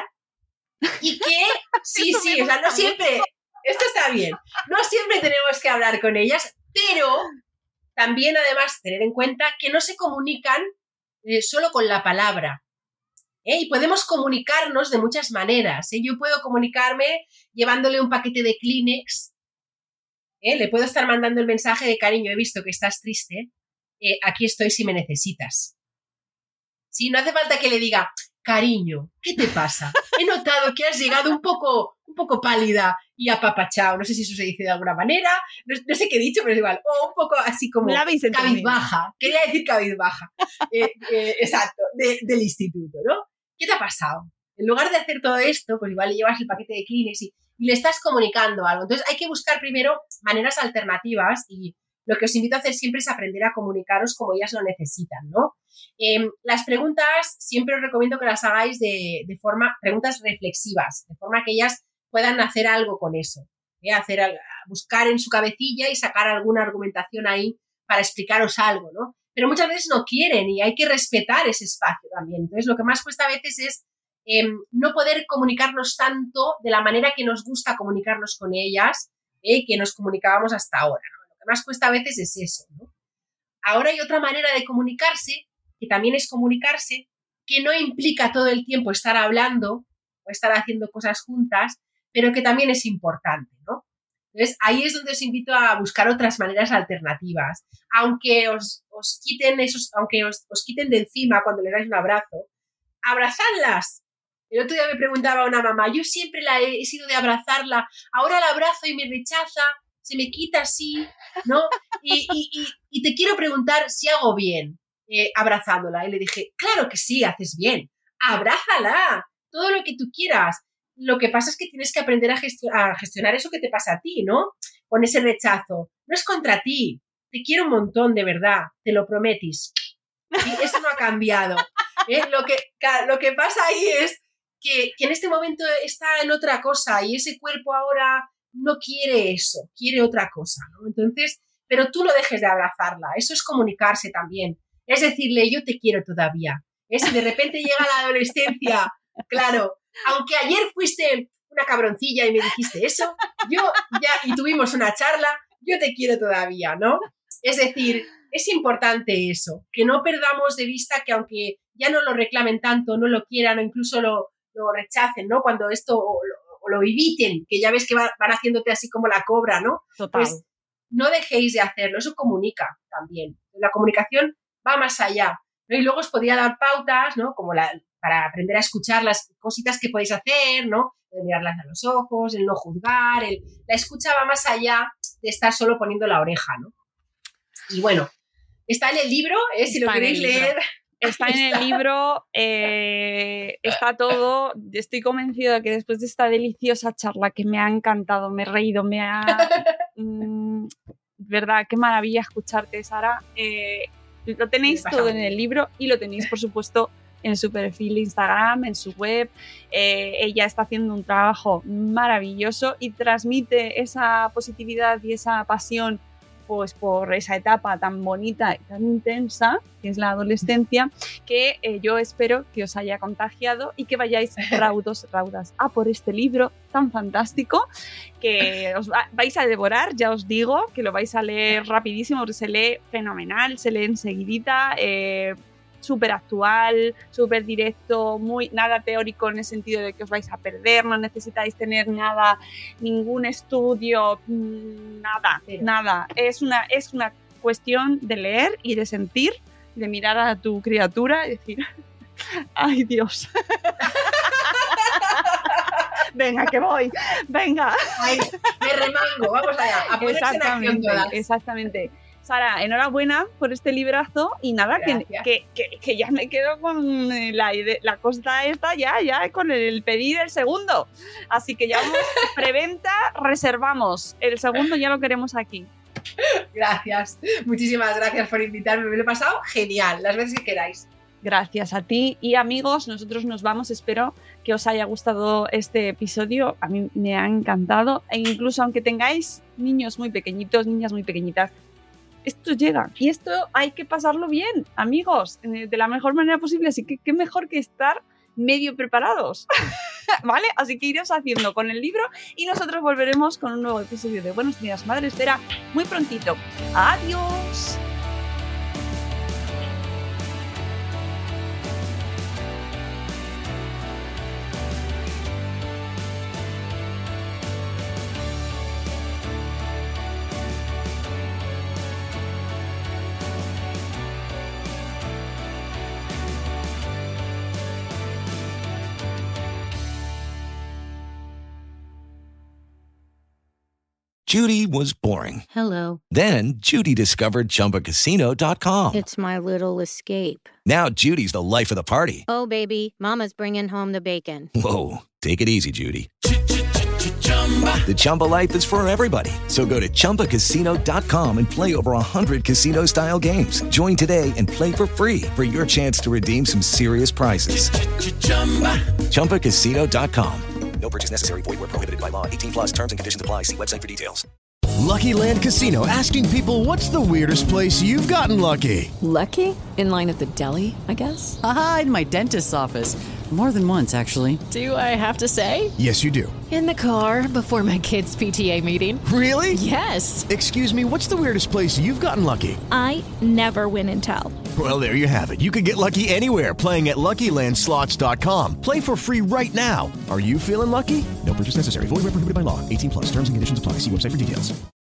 y que, sí, sí, o sea, no siempre... Esto está bien. No siempre tenemos que hablar con ellas, pero... También, además, tener en cuenta que no se comunican eh, solo con la palabra. ¿eh? Y podemos comunicarnos de muchas maneras. ¿eh? Yo puedo comunicarme llevándole un paquete de Kleenex. ¿eh? Le puedo estar mandando el mensaje de cariño, he visto que estás triste. Eh, aquí estoy si me necesitas. ¿Sí? No hace falta que le diga, cariño, ¿qué te pasa? He notado que has llegado un poco, un poco pálida y apapachao. No sé si eso se dice de alguna manera. No, no sé qué he dicho, pero es igual. O un poco así como cabizbaja. Quería decir cabizbaja. eh, eh, exacto, de, del instituto, ¿no? ¿Qué te ha pasado? En lugar de hacer todo esto, pues igual le llevas el paquete de Kleenex y, y le estás comunicando algo. Entonces hay que buscar primero maneras alternativas y lo que os invito a hacer siempre es aprender a comunicaros como ellas lo necesitan, ¿no? Eh, las preguntas siempre os recomiendo que las hagáis de, de forma, preguntas reflexivas, de forma que ellas puedan hacer algo con eso, ¿eh? hacer, buscar en su cabecilla y sacar alguna argumentación ahí para explicaros algo, ¿no? Pero muchas veces no quieren y hay que respetar ese espacio también. Entonces lo que más cuesta a veces es eh, no poder comunicarnos tanto de la manera que nos gusta comunicarnos con ellas, eh, que nos comunicábamos hasta ahora, ¿no? Lo que más cuesta a veces es eso, ¿no? Ahora hay otra manera de comunicarse, que también es comunicarse, que no implica todo el tiempo estar hablando, o estar haciendo cosas juntas, pero que también es importante, ¿no? Entonces, ahí es donde os invito a buscar otras maneras alternativas. Aunque os, os quiten esos, aunque os, os quiten de encima cuando le dais un abrazo, abrazadlas. El otro día me preguntaba una mamá, yo siempre la he, he sido de abrazarla, ahora la abrazo y me rechaza, se me quita así, ¿no? Y, y, y, y te quiero preguntar si hago bien eh, abrazándola. Y le dije, claro que sí, haces bien, abrázala, todo lo que tú quieras. Lo que pasa es que tienes que aprender a, gestio- a gestionar eso que te pasa a ti, ¿no? Con ese rechazo. No es contra ti, te quiero un montón, de verdad, te lo prometis. Y eso no ha cambiado. ¿eh? Lo, que, lo que pasa ahí es que, que en este momento está en otra cosa y ese cuerpo ahora no quiere eso, quiere otra cosa, ¿no? Entonces, pero tú no dejes de abrazarla, eso es comunicarse también. Es decirle, yo te quiero todavía. ¿eh? Si de repente llega la adolescencia, claro, aunque ayer fuiste una cabroncilla y me dijiste eso, yo ya, y tuvimos una charla, yo te quiero todavía, ¿no? Es decir, es importante eso, que no perdamos de vista que aunque ya no lo reclamen tanto, no lo quieran o incluso lo, lo rechacen, ¿no? Cuando esto o lo, o lo eviten, que ya ves que va, van haciéndote así como la cobra, ¿no? Total. Pues no dejéis de hacerlo, eso comunica también. La comunicación va más allá, ¿no? Y luego os podría dar pautas, ¿no? Como la, para aprender a escuchar las cositas que podéis hacer, ¿no? De mirarlas a los ojos, el no juzgar, el, la escucha va más allá de estar solo poniendo la oreja, ¿no? Y bueno, está en el libro, ¿eh? Si lo queréis leer. Está en el libro, eh, está todo. Estoy convencida de que después de esta deliciosa charla que me ha encantado, me he reído, me ha... mmm, verdad, qué maravilla escucharte, Sara. Eh, lo tenéis todo en el libro y lo tenéis, por supuesto, en su perfil de Instagram, en su web. Eh, ella está haciendo un trabajo maravilloso y transmite esa positividad y esa pasión pues por esa etapa tan bonita y tan intensa que es la adolescencia, que eh, yo espero que os haya contagiado y que vayáis raudos, raudas a por este libro tan fantástico que os va, vais a devorar, ya os digo, que lo vais a leer rapidísimo porque se lee fenomenal, se lee enseguidita, eh, súper actual, súper directo, muy, nada teórico en el sentido de que os vais a perder, no necesitáis tener nada, ningún estudio, nada, Pero. nada. Es una, es una cuestión de leer y de sentir, de mirar a tu criatura y decir, ¡ay, Dios! Venga, que voy, venga. Ay, me remango, vamos allá, a ponerse en acción todas. Exactamente. Sara, enhorabuena por este librazo y nada, que, que, que, que ya me quedo con la, la costa esta, ya, ya con el pedir el segundo. Así que ya vamos, preventa, reservamos. El segundo ya lo queremos aquí. Gracias, muchísimas gracias por invitarme, me lo he pasado genial, las veces que queráis. Gracias a ti y amigos, nosotros nos vamos, espero que os haya gustado este episodio, a mí me ha encantado e incluso aunque tengáis niños muy pequeñitos, niñas muy pequeñitas, esto llega y esto hay que pasarlo bien, amigos, de la mejor manera posible, así que qué mejor que estar medio preparados, ¿vale? Así que iros haciendo con el libro y nosotros volveremos con un nuevo episodio de Buenos Días Madresfera muy prontito. ¡Adiós! Judy was boring. Hello. Then Judy discovered Chumba Casino dot com. It's my little escape. Now Judy's the life of the party. Oh, baby, mama's bringing home the bacon. Whoa, take it easy, Judy. The Chumba life is for everybody. So go to Chumba Casino dot com and play over one hundred casino-style games. Join today and play for free for your chance to redeem some serious prizes. Chumba Casino dot com. No purchase necessary. Void where prohibited by law. eighteen plus terms and conditions apply. See website for details. Lucky Land Casino, asking people, what's the weirdest place you've gotten lucky? Lucky? In line at the deli, I guess? Aha, in my dentist's office. More than once, actually. Do I have to say? Yes, you do. In the car before my kids' P T A meeting. Really? Yes. Excuse me, what's the weirdest place you've gotten lucky? I never win and tell. Well, there you have it. You can get lucky anywhere, playing at Lucky Land Slots dot com. Play for free right now. Are you feeling lucky? No purchase necessary. Void where prohibited by law. eighteen plus. Terms and conditions apply. See website for details.